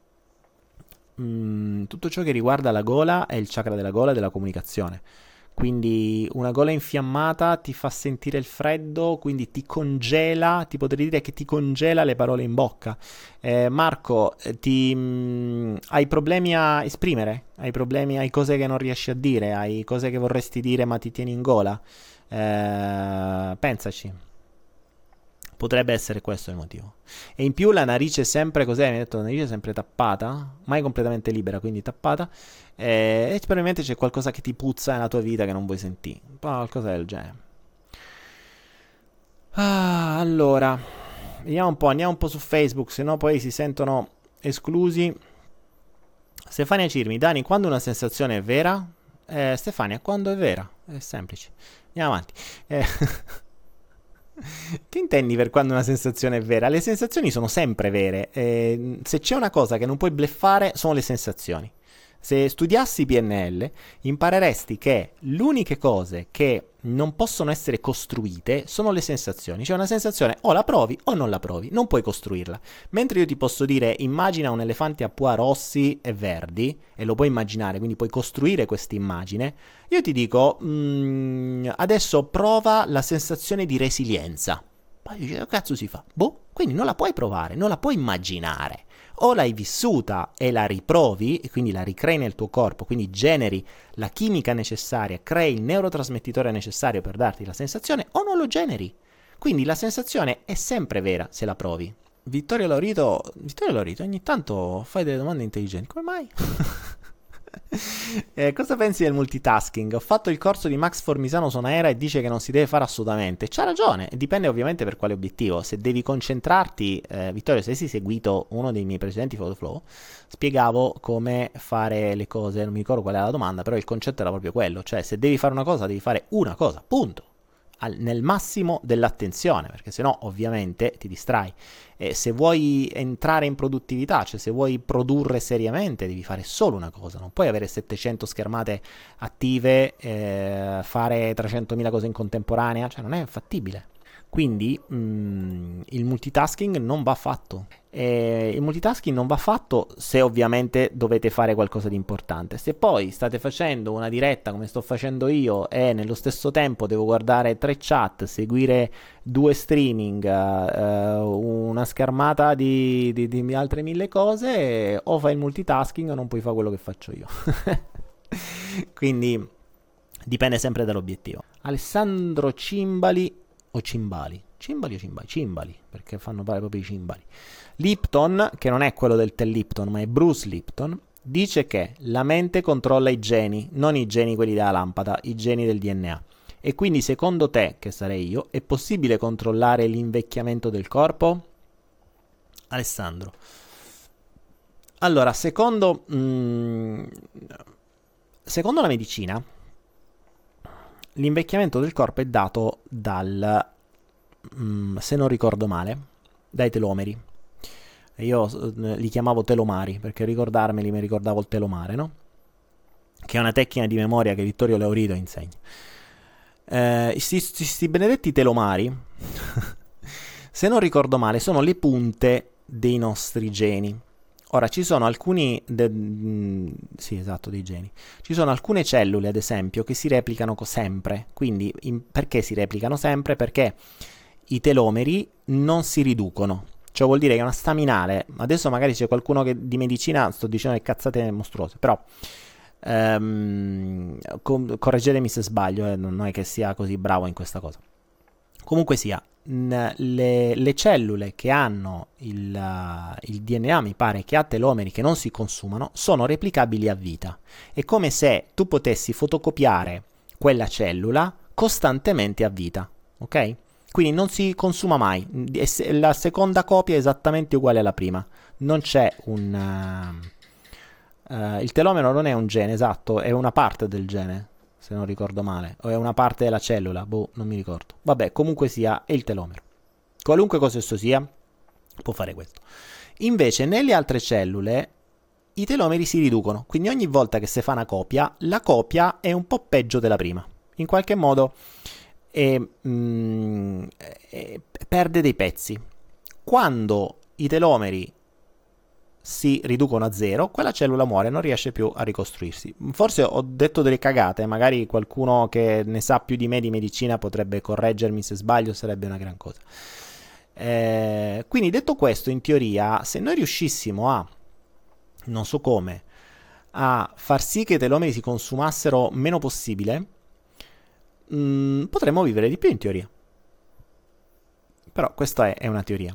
mh, tutto ciò che riguarda la gola è il chakra della gola e della comunicazione. Quindi una gola infiammata ti fa sentire il freddo, quindi ti congela, ti potrei dire che ti congela le parole in bocca. Eh, Marco, ti, mh, hai problemi a esprimere? Hai problemi, hai cose che non riesci a dire? Hai cose che vorresti dire ma ti tieni in gola? Eh, pensaci. Potrebbe essere questo il motivo. E in più la narice è sempre cos'è? Mi hai detto la narice è sempre tappata, mai completamente libera, quindi tappata. E, e probabilmente c'è qualcosa che ti puzza nella tua vita che non vuoi sentire. Un po' qualcosa del genere. Ah, allora, vediamo un po', andiamo un po' su Facebook, se no poi si sentono esclusi. Stefania Cirmi, Dani, quando una sensazione è vera? Eh, Stefania, quando è vera? È semplice. Andiamo avanti. Eh... Che intendi per quando una sensazione è vera? Le sensazioni sono sempre vere. Eh, se c'è una cosa che non puoi bluffare sono le sensazioni. Se studiassi P N L impareresti che le uniche cose che non possono essere costruite sono le sensazioni. Cioè una sensazione o la provi o non la provi, non puoi costruirla. Mentre io ti posso dire immagina un elefante a pua rossi e verdi e lo puoi immaginare, quindi puoi costruire questa immagine. Io ti dico mm, adesso prova la sensazione di resilienza. Poi dici, che cazzo si fa? Boh, quindi non la puoi provare, non la puoi immaginare. O l'hai vissuta e la riprovi, e quindi la ricrei nel tuo corpo, quindi generi la chimica necessaria, crei il neurotrasmettitore necessario per darti la sensazione, o non lo generi. Quindi la sensazione è sempre vera se la provi. Vittorio Laurito, Vittorio Laurito, ogni tanto fai delle domande intelligenti, come mai? eh, cosa pensi del multitasking? Ho fatto il corso di Max Formisano su Aera e dice che non si deve fare assolutamente. C'ha ragione, dipende ovviamente per quale obiettivo. Se devi concentrarti, eh, Vittorio, se hai seguito uno dei miei precedenti Photoflow, spiegavo come fare le cose, non mi ricordo qual era la domanda, però il concetto era proprio quello, cioè se devi fare una cosa devi fare una cosa, punto. Al, nel massimo dell'attenzione, perché sennò ovviamente ti distrai. E se vuoi entrare in produttività, cioè se vuoi produrre seriamente, devi fare solo una cosa, non puoi avere settecento schermate attive, eh, fare trecentomila cose in contemporanea, cioè non è fattibile. Quindi mh, il multitasking non va fatto. E il multitasking non va fatto se ovviamente dovete fare qualcosa di importante. Se poi state facendo una diretta come sto facendo io e nello stesso tempo devo guardare tre chat, seguire due streaming, uh, una schermata di, di, di altre mille cose, o fai il multitasking o non puoi fare quello che faccio io. Quindi dipende sempre dall'obiettivo. Alessandro Cimbali o Cimbali? Cimbali o Cimbali? Cimbali, perché fanno fare proprio i cimbali. Lipton, che non è quello del tè Lipton, ma è Bruce Lipton, dice che la mente controlla i geni, non i geni quelli della lampada, i geni del D N A. E quindi secondo te, che sarei io, è possibile controllare l'invecchiamento del corpo? Alessandro. Allora, secondo, mh, secondo la medicina, l'invecchiamento del corpo è dato dal, mh, se non ricordo male, dai telomeri. Io eh, li chiamavo telomari, perché ricordarmeli mi ricordavo il telomare, no? Che è una tecnica di memoria che Vittorio Laurito insegna. Eh, questi benedetti telomari, se non ricordo male, sono le punte dei nostri geni. Ora, ci sono alcuni... De, mh, sì, esatto, dei geni. Ci sono alcune cellule, ad esempio, che si replicano sempre. Quindi, in, perché si replicano sempre? Perché i telomeri non si riducono. Cioè vuol dire che una staminale... Adesso magari c'è qualcuno che di medicina, sto dicendo le cazzate mostruose, però... Um, com- correggetemi se sbaglio, eh, non è che sia così bravo in questa cosa. Comunque sia, n- le, le cellule che hanno il, uh, il D N A, mi pare che ha telomeri che non si consumano, sono replicabili a vita. È come se tu potessi fotocopiare quella cellula costantemente a vita, ok? Quindi non si consuma mai, la seconda copia è esattamente uguale alla prima, non c'è un... Uh, Uh, il telomero non è un gene, esatto, è una parte del gene, se non ricordo male, o è una parte della cellula, boh, non mi ricordo. Vabbè, comunque sia, è il telomero. Qualunque cosa esso sia, può fare questo. Invece, nelle altre cellule, i telomeri si riducono, quindi ogni volta che si fa una copia, la copia è un po' peggio della prima. In qualche modo è, mm, è, perde dei pezzi. Quando i telomeri si riducono a zero, quella cellula muore, non riesce più a ricostruirsi. Forse ho detto delle cagate, magari qualcuno che ne sa più di me di medicina potrebbe correggermi se sbaglio, sarebbe una gran cosa. Eh, quindi detto questo, in teoria, se noi riuscissimo a, non so come, a far sì che i telomeri si consumassero meno possibile, mh, potremmo vivere di più in teoria. Però questa è, è una teoria.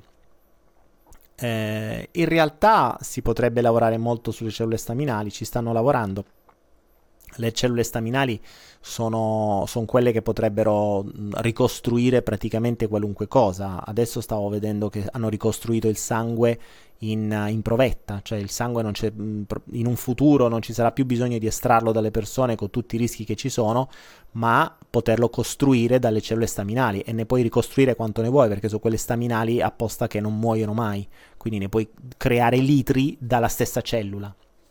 Eh, in realtà si potrebbe lavorare molto sulle cellule staminali, ci stanno lavorando. Le cellule staminali sono, sono quelle che potrebbero ricostruire praticamente qualunque cosa. Adesso stavo vedendo che hanno ricostruito il sangue in, in provetta, cioè il sangue non c'è, in un futuro non ci sarà più bisogno di estrarlo dalle persone con tutti i rischi che ci sono, ma poterlo costruire dalle cellule staminali, e ne puoi ricostruire quanto ne vuoi, perché sono quelle staminali apposta che non muoiono mai, quindi ne puoi creare litri dalla stessa cellula.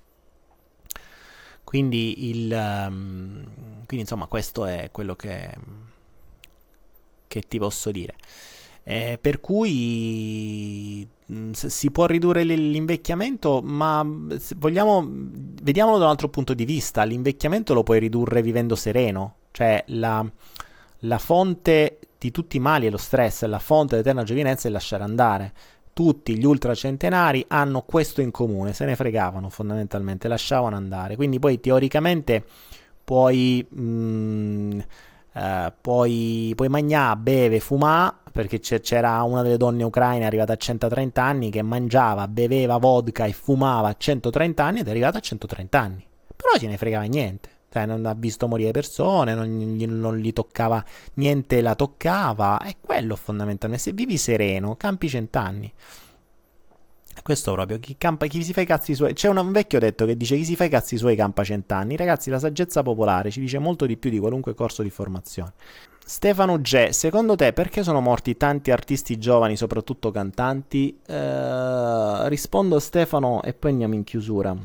Quindi, il, um, quindi insomma questo è quello che, che ti posso dire. Eh, per cui mh, si può ridurre l'invecchiamento, ma se vogliamo, vediamolo da un altro punto di vista. L'invecchiamento lo puoi ridurre vivendo sereno, cioè la, la fonte di tutti i mali è lo stress, la fonte dell'eterna giovinezza è lasciare andare. Tutti gli ultracentenari hanno questo in comune, se ne fregavano fondamentalmente, lasciavano andare. Quindi poi teoricamente puoi, mh, eh, puoi, puoi mangiare, bere, fumare, perché c'era una delle donne ucraine arrivata a centotrenta anni che mangiava, beveva vodka e fumava a centotrenta anni ed è arrivata a centotrenta anni. Però ce ne fregava niente. Cioè, non ha visto morire persone, non gli, non gli toccava niente, la toccava. È quello fondamentalmente. Se vivi sereno, campi cent'anni. Questo proprio, chi, campa, chi si fa i cazzi suoi. C'è un vecchio detto che dice: chi si fa i cazzi suoi campa cent'anni. Ragazzi, la saggezza popolare ci dice molto di più di qualunque corso di formazione. Stefano G, secondo te perché sono morti tanti artisti giovani, soprattutto cantanti? Eh, rispondo a Stefano e poi andiamo in chiusura.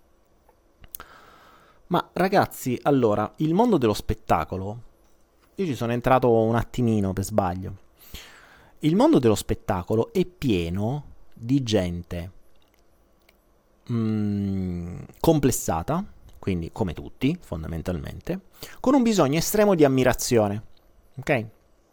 Ma ragazzi, allora, il mondo dello spettacolo, io ci sono entrato un attimino per sbaglio. Il mondo dello spettacolo è pieno di gente mh, complessata, quindi come tutti fondamentalmente, con un bisogno estremo di ammirazione, ok?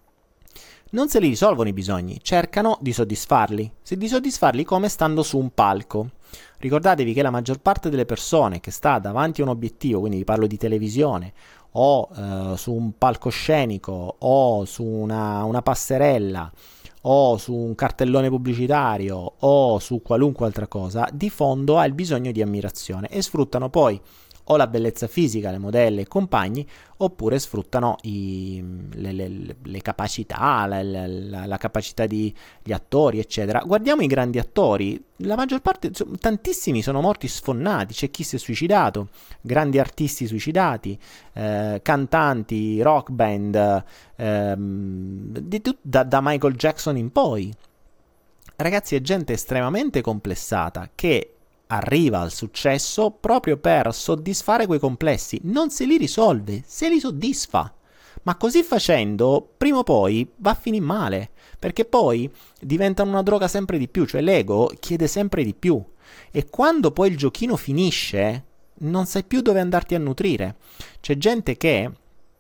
Non se li risolvono i bisogni, cercano di soddisfarli. Se di soddisfarli come? Stando su un palco. Ricordatevi che la maggior parte delle persone che sta davanti a un obiettivo, quindi vi parlo di televisione, o eh, su un palcoscenico, o su una, una passerella, o su un cartellone pubblicitario, o su qualunque altra cosa, di fondo ha il bisogno di ammirazione e sfruttano poi o la bellezza fisica, le modelle e compagni, oppure sfruttano i, le, le, le capacità, la, la, la capacità di gli attori, eccetera. Guardiamo i grandi attori, la maggior parte, tantissimi sono morti sfonnati, c'è chi si è suicidato, grandi artisti suicidati, eh, cantanti, rock band, ehm, di, da, da Michael Jackson in poi. Ragazzi, è gente estremamente complessata che arriva al successo proprio per soddisfare quei complessi, non se li risolve, se li soddisfa. Ma così facendo, prima o poi va a finire male, perché poi diventano una droga sempre di più, cioè l'ego chiede sempre di più. E quando poi il giochino finisce, non sai più dove andarti a nutrire. C'è gente che,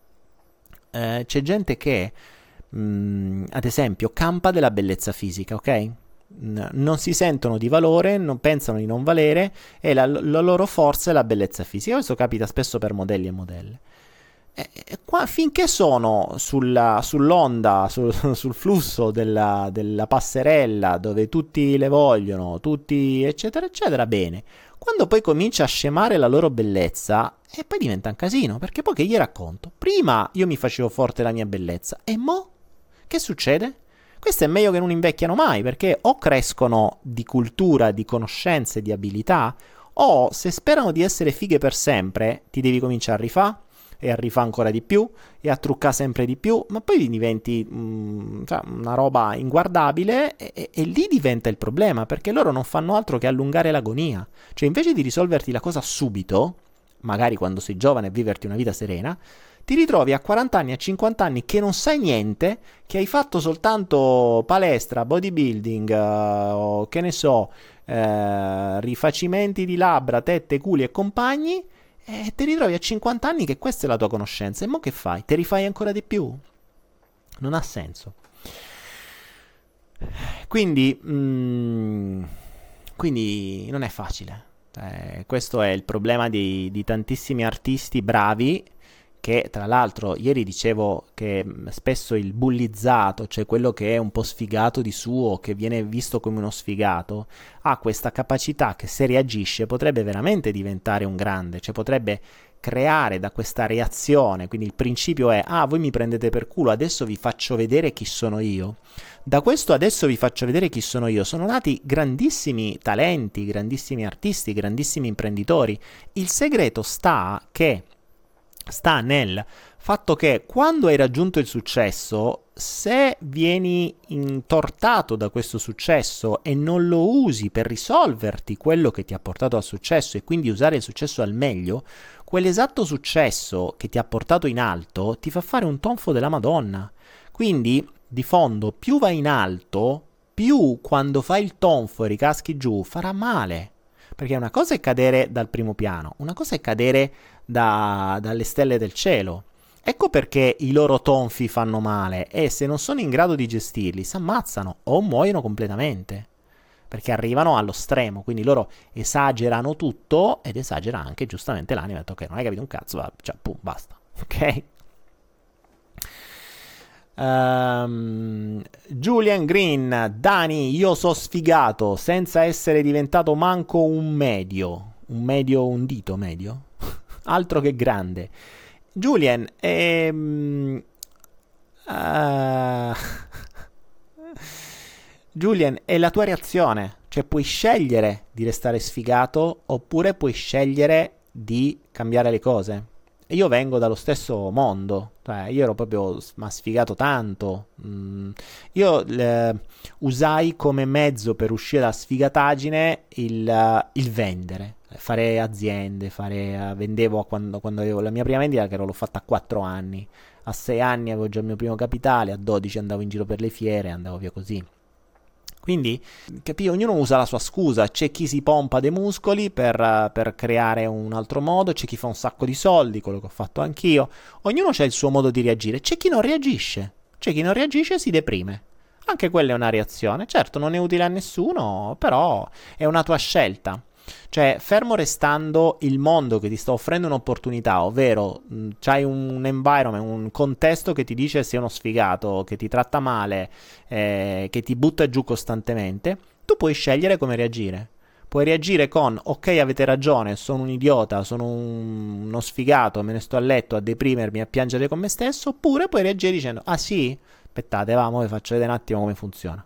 eh, c'è gente che, mh, ad esempio, campa della bellezza fisica, ok? Non si sentono di valore, non pensano di non valere e la, la loro forza è la bellezza fisica. Questo capita spesso per modelli e modelle. E, e qua, finché sono sulla, sull'onda, sul, sul flusso della, della passerella dove tutti le vogliono, tutti eccetera eccetera, bene. Quando poi comincia a scemare la loro bellezza, e poi diventa un casino, perché poi che gli racconto? Prima io mi facevo forte la mia bellezza, e mo? Che succede? Questo è meglio che non invecchiano mai, perché o crescono di cultura, di conoscenze, di abilità, o se sperano di essere fighe per sempre, ti devi cominciare a rifare, e a rifare ancora di più, e a truccare sempre di più, ma poi diventi mh, cioè una roba inguardabile, e, e, e lì diventa il problema, perché loro non fanno altro che allungare l'agonia. Cioè, invece di risolverti la cosa subito, magari quando sei giovane e viverti una vita serena, ti ritrovi a quaranta anni, a cinquanta anni che non sai niente, che hai fatto soltanto palestra, bodybuilding, uh, o che ne so, uh, rifacimenti di labbra, tette, culi e compagni, e ti ritrovi a cinquanta anni che questa è la tua conoscenza. E mo che fai? Te rifai ancora di più? Non ha senso. Quindi, mm, quindi non è facile. Eh, questo è il problema di, di tantissimi artisti bravi, che tra l'altro ieri dicevo che spesso il bullizzato, cioè quello che è un po' sfigato di suo, che viene visto come uno sfigato, ha questa capacità che se reagisce potrebbe veramente diventare un grande, cioè potrebbe creare da questa reazione, quindi il principio è: ah, voi mi prendete per culo, adesso vi faccio vedere chi sono io. Da questo adesso vi faccio vedere chi sono io sono nati grandissimi talenti, grandissimi artisti, grandissimi imprenditori. Il segreto sta che sta nel fatto che quando hai raggiunto il successo, se vieni intortato da questo successo e non lo usi per risolverti quello che ti ha portato al successo e quindi usare il successo al meglio, quell'esatto successo che ti ha portato in alto ti fa fare un tonfo della Madonna. Quindi, di fondo, più vai in alto, più quando fai il tonfo e ricaschi giù farà male. Perché una cosa è cadere dal primo piano, una cosa è cadere da, dalle stelle del cielo. Ecco perché i loro tonfi fanno male e se non sono in grado di gestirli si ammazzano o muoiono completamente, perché arrivano allo stremo, quindi loro esagerano tutto ed esagera anche giustamente l'anima. Ok, non hai capito un cazzo, va, cioè, pum, basta, ok? Um, Julian Green, Dani, io so sfigato senza essere diventato manco un medio, un medio, un dito medio, altro che grande. Julian, ehm, uh, Julian, è la tua reazione, cioè puoi scegliere di restare sfigato oppure puoi scegliere di cambiare le cose. E io vengo dallo stesso mondo, cioè io ero proprio ma sfigato tanto. Mm, io eh, usai come mezzo per uscire dalla sfigataggine il, uh, il vendere, fare aziende, fare, uh, vendevo quando, quando avevo la mia prima vendita, che l'ho fatta a quattro anni, a sei anni avevo già il mio primo capitale, a dodici andavo in giro per le fiere, andavo via così. Quindi, capì, ognuno usa la sua scusa, c'è chi si pompa dei muscoli per, per creare un altro modo, c'è chi fa un sacco di soldi, quello che ho fatto anch'io, ognuno ha il suo modo di reagire, c'è chi non reagisce, c'è chi non reagisce e si deprime. Anche quella è una reazione, certo non è utile a nessuno, però è una tua scelta. Cioè, fermo restando il mondo che ti sta offrendo un'opportunità, ovvero mh, c'hai un environment, un contesto che ti dice sei uno sfigato, che ti tratta male, eh, che ti butta giù costantemente, tu puoi scegliere come reagire. Puoi reagire con ok, avete ragione, sono un idiota, sono un, uno sfigato, me ne sto a letto a deprimermi, a piangere con me stesso, oppure puoi reagire dicendo ah sì? Aspettate, va, mo vi faccio vedere un attimo come funziona.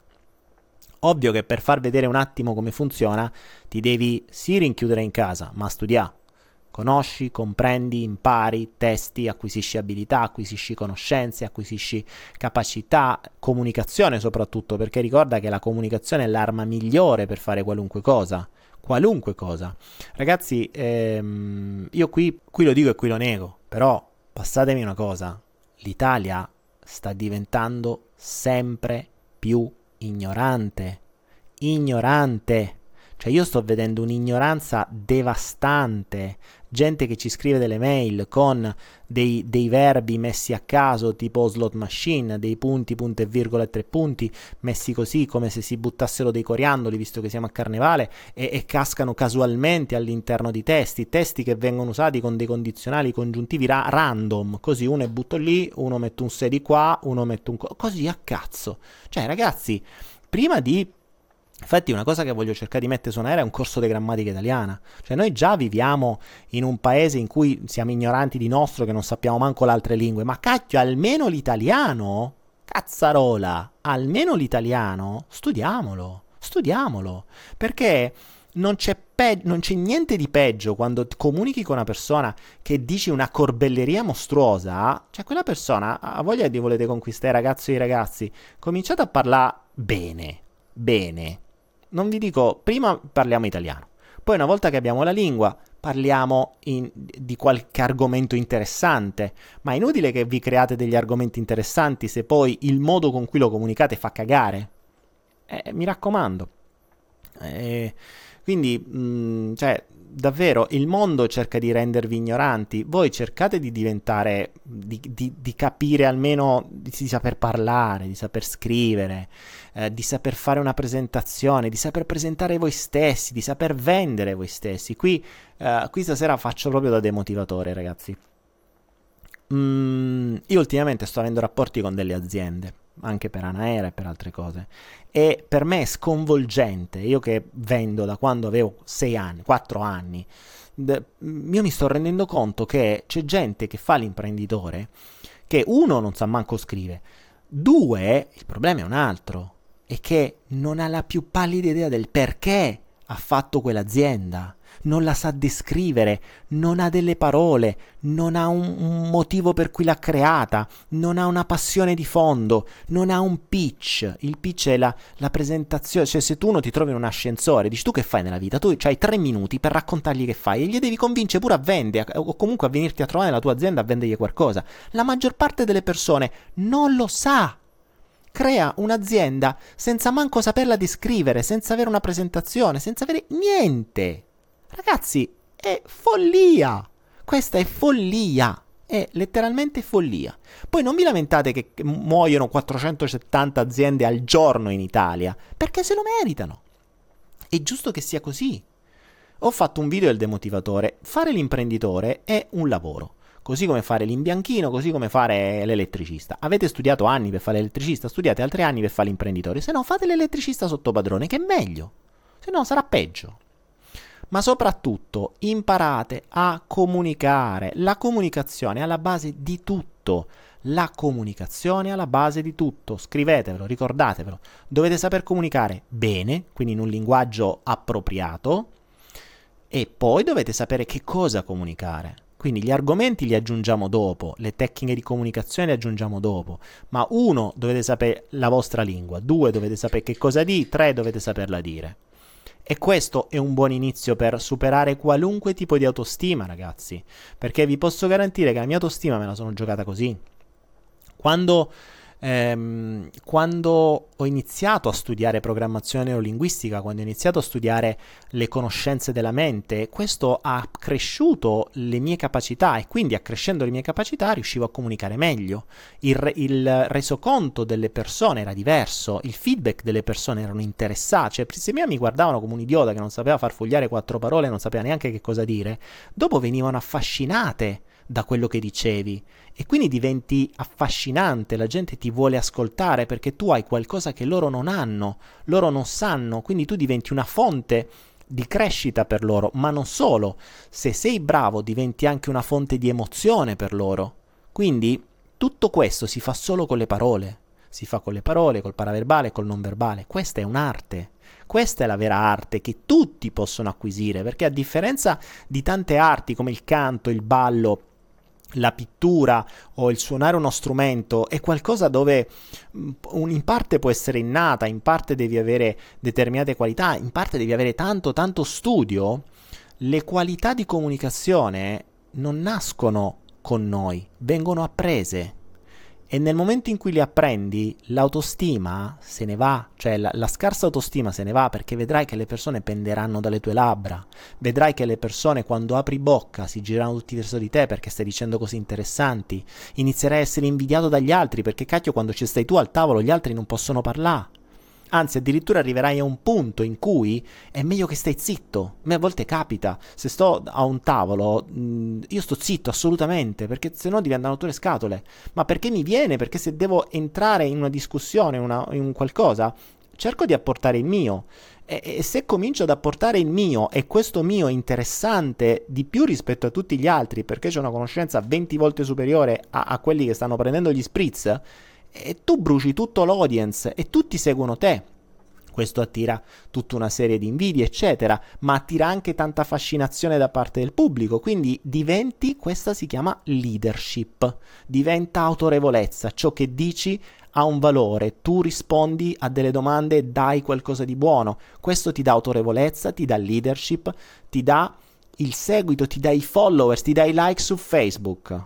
Ovvio che per far vedere un attimo come funziona ti devi sì rinchiudere in casa, ma studiare. Conosci, comprendi, impari, testi, acquisisci abilità, acquisisci conoscenze, acquisisci capacità, comunicazione soprattutto, perché ricorda che la comunicazione è l'arma migliore per fare qualunque cosa. Qualunque cosa. Ragazzi, ehm, io qui, qui lo dico e qui lo nego, però passatemi una cosa, l'Italia sta diventando sempre più ignorante, ignorante, cioè io sto vedendo un'ignoranza devastante, gente che ci scrive delle mail con dei, dei verbi messi a caso tipo slot machine, dei punti, punto e virgola e tre punti messi così come se si buttassero dei coriandoli visto che siamo a carnevale e, e cascano casualmente all'interno di testi, testi che vengono usati con dei condizionali congiuntivi ra- random, così uno è butto lì, uno mette un se di qua, uno mette un co- così a cazzo. Cioè ragazzi, prima di infatti una cosa che voglio cercare di mettere su un aereo è un corso di grammatica italiana. Cioè noi già viviamo in un paese in cui siamo ignoranti di nostro, che non sappiamo manco le altre lingue, ma cacchio, almeno l'italiano, cazzarola, almeno l'italiano, studiamolo, studiamolo, perché non c'è, pe- non c'è niente di peggio quando comunichi con una persona che dici una corbelleria mostruosa, cioè quella persona ha voglia di volete conquistare ragazzi e i ragazzi, cominciate a parlare bene, bene. Non vi dico, prima parliamo italiano, poi una volta che abbiamo la lingua parliamo in, di qualche argomento interessante, ma è inutile che vi create degli argomenti interessanti se poi il modo con cui lo comunicate fa cagare. Eh, mi raccomando. Eh, quindi, mh, cioè, davvero, il mondo cerca di rendervi ignoranti, voi cercate di diventare, di, di, di capire almeno, di, di saper parlare, di saper scrivere, eh, di saper fare una presentazione, di saper presentare voi stessi, di saper vendere voi stessi. Qui, eh, qui stasera faccio proprio da demotivatore, ragazzi. Mm, io ultimamente sto avendo rapporti con delle aziende, anche per Anaera e per altre cose, e per me è sconvolgente, io che vendo da quando avevo sei anni, quattro anni, d- io mi sto rendendo conto che c'è gente che fa l'imprenditore che uno non sa manco scrivere, due, il problema è un altro, è che non ha la più pallida idea del perché ha fatto quell'azienda, non la sa descrivere, non ha delle parole, non ha un, un motivo per cui l'ha creata, non ha una passione di fondo, non ha un pitch. Il pitch è la, la presentazione, cioè se tu uno ti trovi in un ascensore, dici tu che fai nella vita? Tu hai tre minuti per raccontargli che fai e gli devi convincere pure a vendere o comunque a venirti a trovare nella tua azienda a vendergli qualcosa. La maggior parte delle persone non lo sa. Crea un'azienda senza manco saperla descrivere, senza avere una presentazione, senza avere niente. Ragazzi, è follia! Questa è follia! È letteralmente follia. Poi non vi lamentate che muoiono quattrocentosettanta aziende al giorno in Italia, perché se lo meritano. È giusto che sia così. Ho fatto un video del demotivatore. Fare l'imprenditore è un lavoro. Così come fare l'imbianchino, così come fare l'elettricista. Avete studiato anni per fare l'elettricista, studiate altri anni per fare l'imprenditore. Se no fate l'elettricista sotto padrone, che è meglio. Se no sarà peggio. Ma soprattutto imparate a comunicare. La comunicazione è alla base di tutto. La comunicazione è alla base di tutto. Scrivetevelo, ricordatevelo. Dovete saper comunicare bene, quindi in un linguaggio appropriato, e poi dovete sapere che cosa comunicare. Quindi gli argomenti li aggiungiamo dopo, le tecniche di comunicazione le aggiungiamo dopo, ma uno, dovete sapere la vostra lingua, due, dovete sapere che cosa di, tre, dovete saperla dire. E questo è un buon inizio per superare qualunque tipo di autostima, ragazzi, perché vi posso garantire che la mia autostima me la sono giocata così. Quando, ehm, quando ho iniziato a studiare programmazione neurolinguistica, quando ho iniziato a studiare le conoscenze della mente, questo ha cresciuto le mie capacità e quindi accrescendo le mie capacità riuscivo a comunicare meglio. Il, re- il resoconto delle persone era diverso, il feedback delle persone erano interessati, cioè se prima mi guardavano come un idiota che non sapeva far fogliare quattro parole, non sapeva neanche che cosa dire, dopo venivano affascinate da quello che dicevi e quindi diventi affascinante, la gente ti vuole ascoltare perché tu hai qualcosa che loro non hanno, loro non sanno, quindi tu diventi una fonte di crescita per loro, ma non solo, se sei bravo diventi anche una fonte di emozione per loro. Quindi tutto questo si fa solo con le parole, si fa con le parole, col paraverbale, col non verbale. Questa è un'arte. Questa è la vera arte che tutti possono acquisire, perché a differenza di tante arti come il canto, il ballo, la pittura o il suonare uno strumento, è qualcosa dove in parte può essere innata, in parte devi avere determinate qualità, in parte devi avere tanto tanto studio. Le qualità di comunicazione non nascono con noi, vengono apprese. E nel momento in cui li apprendi, l'autostima se ne va, cioè la, la scarsa autostima se ne va, perché vedrai che le persone penderanno dalle tue labbra, vedrai che le persone quando apri bocca si gireranno tutti verso di te perché stai dicendo cose interessanti, inizierai a essere invidiato dagli altri perché cacchio quando ci stai tu al tavolo gli altri non possono parlare. Anzi, addirittura arriverai a un punto in cui è meglio che stai zitto. A me a volte capita, se sto a un tavolo, mh, io sto zitto assolutamente, perché se no diventano tutte le scatole. Ma perché mi viene? Perché se devo entrare in una discussione, una, in un qualcosa, cerco di apportare il mio. E, e se comincio ad apportare il mio, e questo mio è interessante di più rispetto a tutti gli altri, perché c'è una conoscenza venti volte superiore a, a quelli che stanno prendendo gli spritz, e tu bruci tutto l'audience e tutti seguono te. Questo attira tutta una serie di invidie, eccetera, ma attira anche tanta fascinazione da parte del pubblico, quindi diventi, questa si chiama leadership, diventa autorevolezza, ciò che dici ha un valore, tu rispondi a delle domande e dai qualcosa di buono, questo ti dà autorevolezza, ti dà leadership, ti dà il seguito, ti dà i followers, ti dà i like su Facebook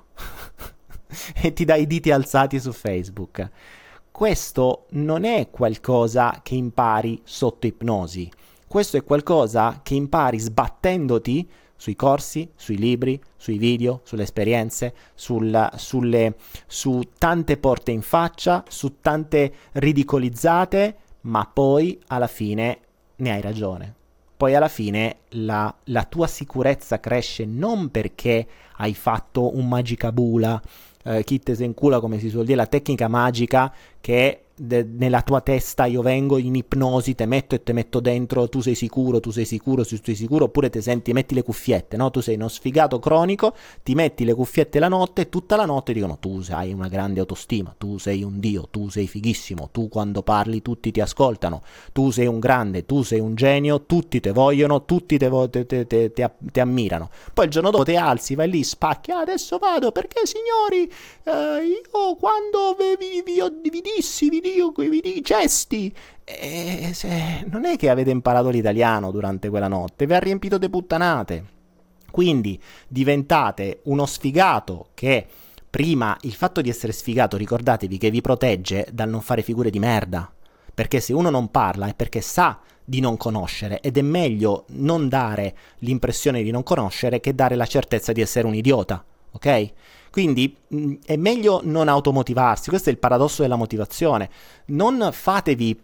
e ti dà i diti alzati su Facebook. Questo non è qualcosa che impari sotto ipnosi, questo è qualcosa che impari sbattendoti sui corsi, sui libri, sui video, sulle esperienze, sul, sulle, su tante porte in faccia, su tante ridicolizzate, ma poi alla fine ne hai ragione. Poi alla fine la, la tua sicurezza cresce non perché hai fatto un magicabula, eh, chi te se incula come si suol dire, la tecnica magica che de, nella tua testa io vengo in ipnosi, te metto e te metto dentro, tu sei sicuro, tu sei sicuro, tu sei sicuro, oppure te senti, metti le cuffiette, no? Tu sei uno sfigato cronico, ti metti le cuffiette la notte e tutta la notte dicono tu hai una grande autostima, tu sei un dio, tu sei fighissimo, tu quando parli tutti ti ascoltano, tu sei un grande, tu sei un genio, tutti te vogliono, tutti te, vo- te, te, te, te, te ammirano. Poi il giorno dopo ti alzi, vai lì, spacchi, ah, adesso vado, perché signori, eh, io quando vi, vi, vi, vi dissi, vi dico, vi dico gesti, e se, non è che avete imparato l'italiano durante quella notte, vi ha riempito de puttanate. Quindi diventate uno sfigato che prima, il fatto di essere sfigato, ricordatevi che vi protegge dal non fare figure di merda, perché se uno non parla è perché sa di non conoscere, ed è meglio non dare l'impressione di non conoscere che dare la certezza di essere un idiota. ok? Quindi mh, è meglio non automotivarsi, questo è il paradosso della motivazione. Non fatevi,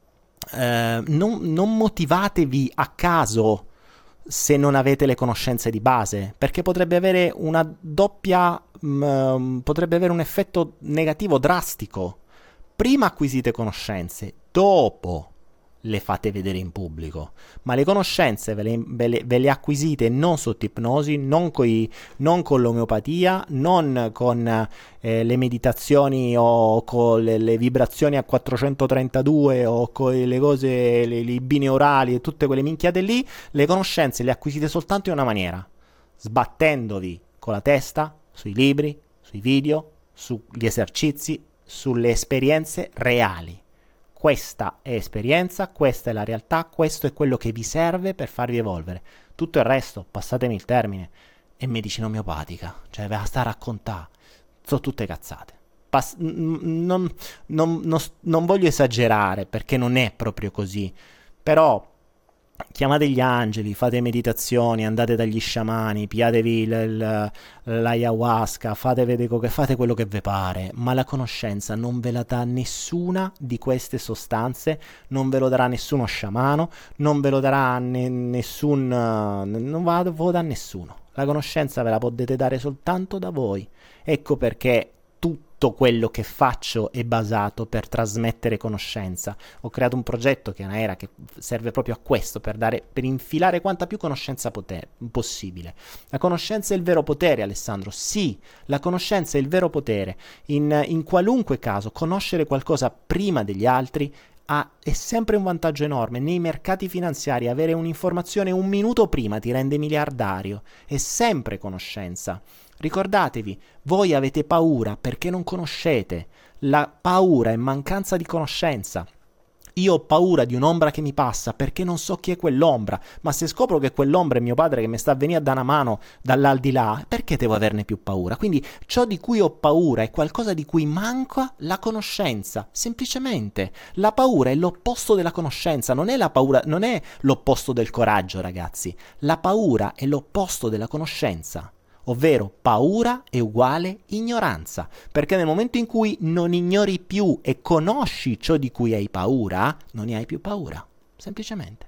eh, non, non motivatevi a caso se non avete le conoscenze di base, perché potrebbe avere una doppia, mh, potrebbe avere un effetto negativo drastico. Prima acquisite conoscenze, dopo le fate vedere in pubblico, ma le conoscenze ve le, ve le, ve le acquisite non sotto ipnosi, non, coi, non con l'omeopatia, non con eh, le meditazioni o con le, le vibrazioni a quattrocentotrentadue o con le cose, le, i binaurali e tutte quelle minchiate lì. Le conoscenze le acquisite soltanto in una maniera, sbattendovi con la testa sui libri, sui video, sugli esercizi, sulle esperienze reali. Questa è esperienza, questa è la realtà, questo è quello che vi serve per farvi evolvere. Tutto il resto, passatemi il termine, è medicina omeopatica, cioè ve la sta a raccontare, sono tutte cazzate. Pass- n- non, non, non, non voglio esagerare perché non è proprio così, però chiamate gli angeli, fate meditazioni, andate dagli sciamani, piatevi l- l- l'ayahuasca, fate, vede- fate quello che vi pare, ma la conoscenza non ve la dà nessuna di queste sostanze, non ve lo darà nessuno sciamano, non ve lo darà ne- nessun, non va- ve lo dà nessuno. La conoscenza ve la potete dare soltanto da voi. Ecco perché tutto quello che faccio è basato per trasmettere conoscenza. Ho creato un progetto che è una era che serve proprio a questo, per dare, per infilare quanta più conoscenza poter, possibile. La conoscenza è il vero potere, Alessandro. Sì, la conoscenza è il vero potere. In, in qualunque caso, conoscere qualcosa prima degli altri ha, è sempre un vantaggio enorme. Nei mercati finanziari avere un'informazione un minuto prima ti rende miliardario. È sempre conoscenza. Ricordatevi, voi avete paura perché non conoscete. La paura è mancanza di conoscenza. Io ho paura di un'ombra che mi passa perché non so chi è quell'ombra, ma se scopro che quell'ombra è mio padre che mi sta a venire a dare una mano dall'aldilà, perché devo averne più paura? Quindi ciò di cui ho paura è qualcosa di cui manca la conoscenza, semplicemente. La paura è l'opposto della conoscenza, non è la paura, non è l'opposto del coraggio, ragazzi. La paura è l'opposto della conoscenza. Ovvero paura è uguale ignoranza, perché nel momento in cui non ignori più e conosci ciò di cui hai paura, non ne hai più paura, semplicemente.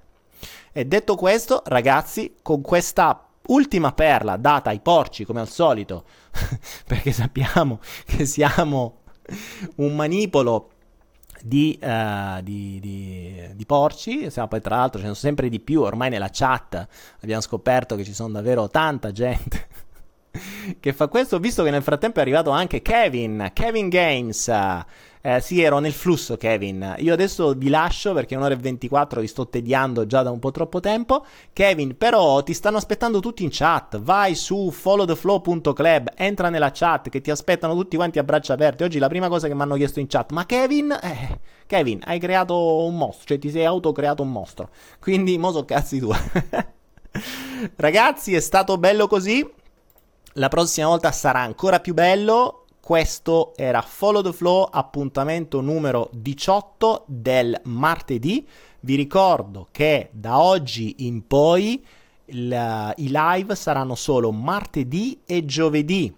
E detto questo, ragazzi, con questa ultima perla data ai porci come al solito, perché sappiamo che siamo un manipolo Di, uh, di, di, di porci, siamo poi tra l'altro ce ne sono sempre di più, ormai nella chat abbiamo scoperto che ci sono davvero tanta gente che fa questo, visto che nel frattempo è arrivato anche Kevin, Kevin Games. Eh, sì, ero nel flusso, Kevin. Io adesso vi lascio perché è un'ora e ventiquattro, vi sto tediando già da un po' troppo tempo. Kevin, però ti stanno aspettando tutti in chat. Vai su follow the flow punto club, entra nella chat che ti aspettano tutti quanti a braccia aperte. Oggi la prima cosa che mi hanno chiesto in chat, ma Kevin, eh, Kevin, hai creato un mostro, cioè ti sei autocreato un mostro. Quindi mo so cazzi tu. Ragazzi, è stato bello così. La prossima volta sarà ancora più bello. Questo era Follow the Flow, appuntamento numero diciotto del martedì. Vi ricordo che da oggi in poi il, i live saranno solo martedì e giovedì.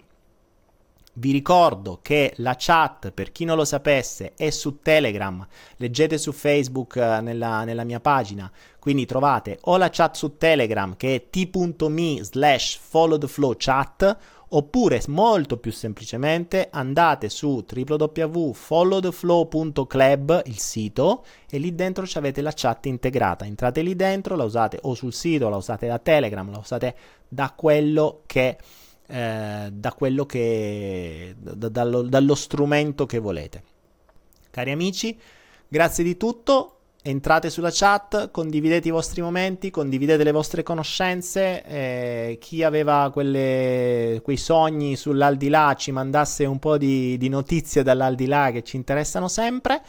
Vi ricordo che la chat, per chi non lo sapesse, è su Telegram. Leggete su Facebook eh, nella, nella mia pagina. Quindi trovate o la chat su Telegram che è t.me slash follow the flow chat, oppure molto più semplicemente andate su w w w punto follow the flow punto club, il sito, e lì dentro avete la chat integrata. Entrate lì dentro, la usate o sul sito, la usate da Telegram, la usate da quello che eh, da quello che da, dallo, dallo strumento che volete. Cari amici, grazie di tutto. Entrate sulla chat, condividete i vostri momenti, condividete le vostre conoscenze. Eh, chi aveva quelle, quei sogni sull'aldilà ci mandasse un po' di, di notizie dall'aldilà che ci interessano sempre.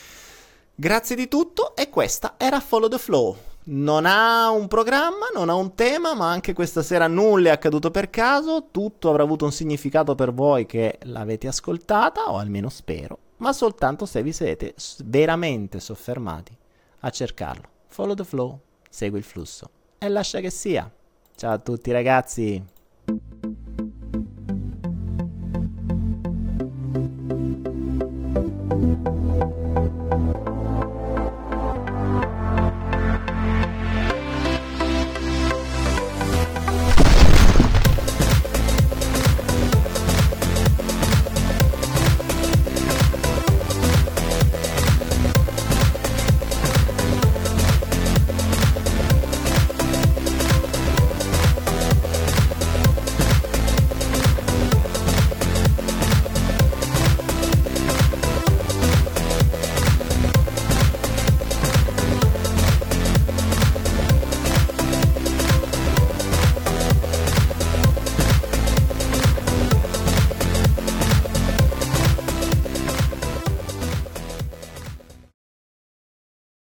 Grazie di tutto, e questa era Follow the Flow. Non ha un programma, non ha un tema, ma anche questa sera nulla è accaduto per caso. Tutto avrà avuto un significato per voi che l'avete ascoltata, o almeno spero, ma soltanto se vi siete veramente soffermati a cercarlo. Follow the flow, segui il flusso e lascia che sia. Ciao a tutti ragazzi.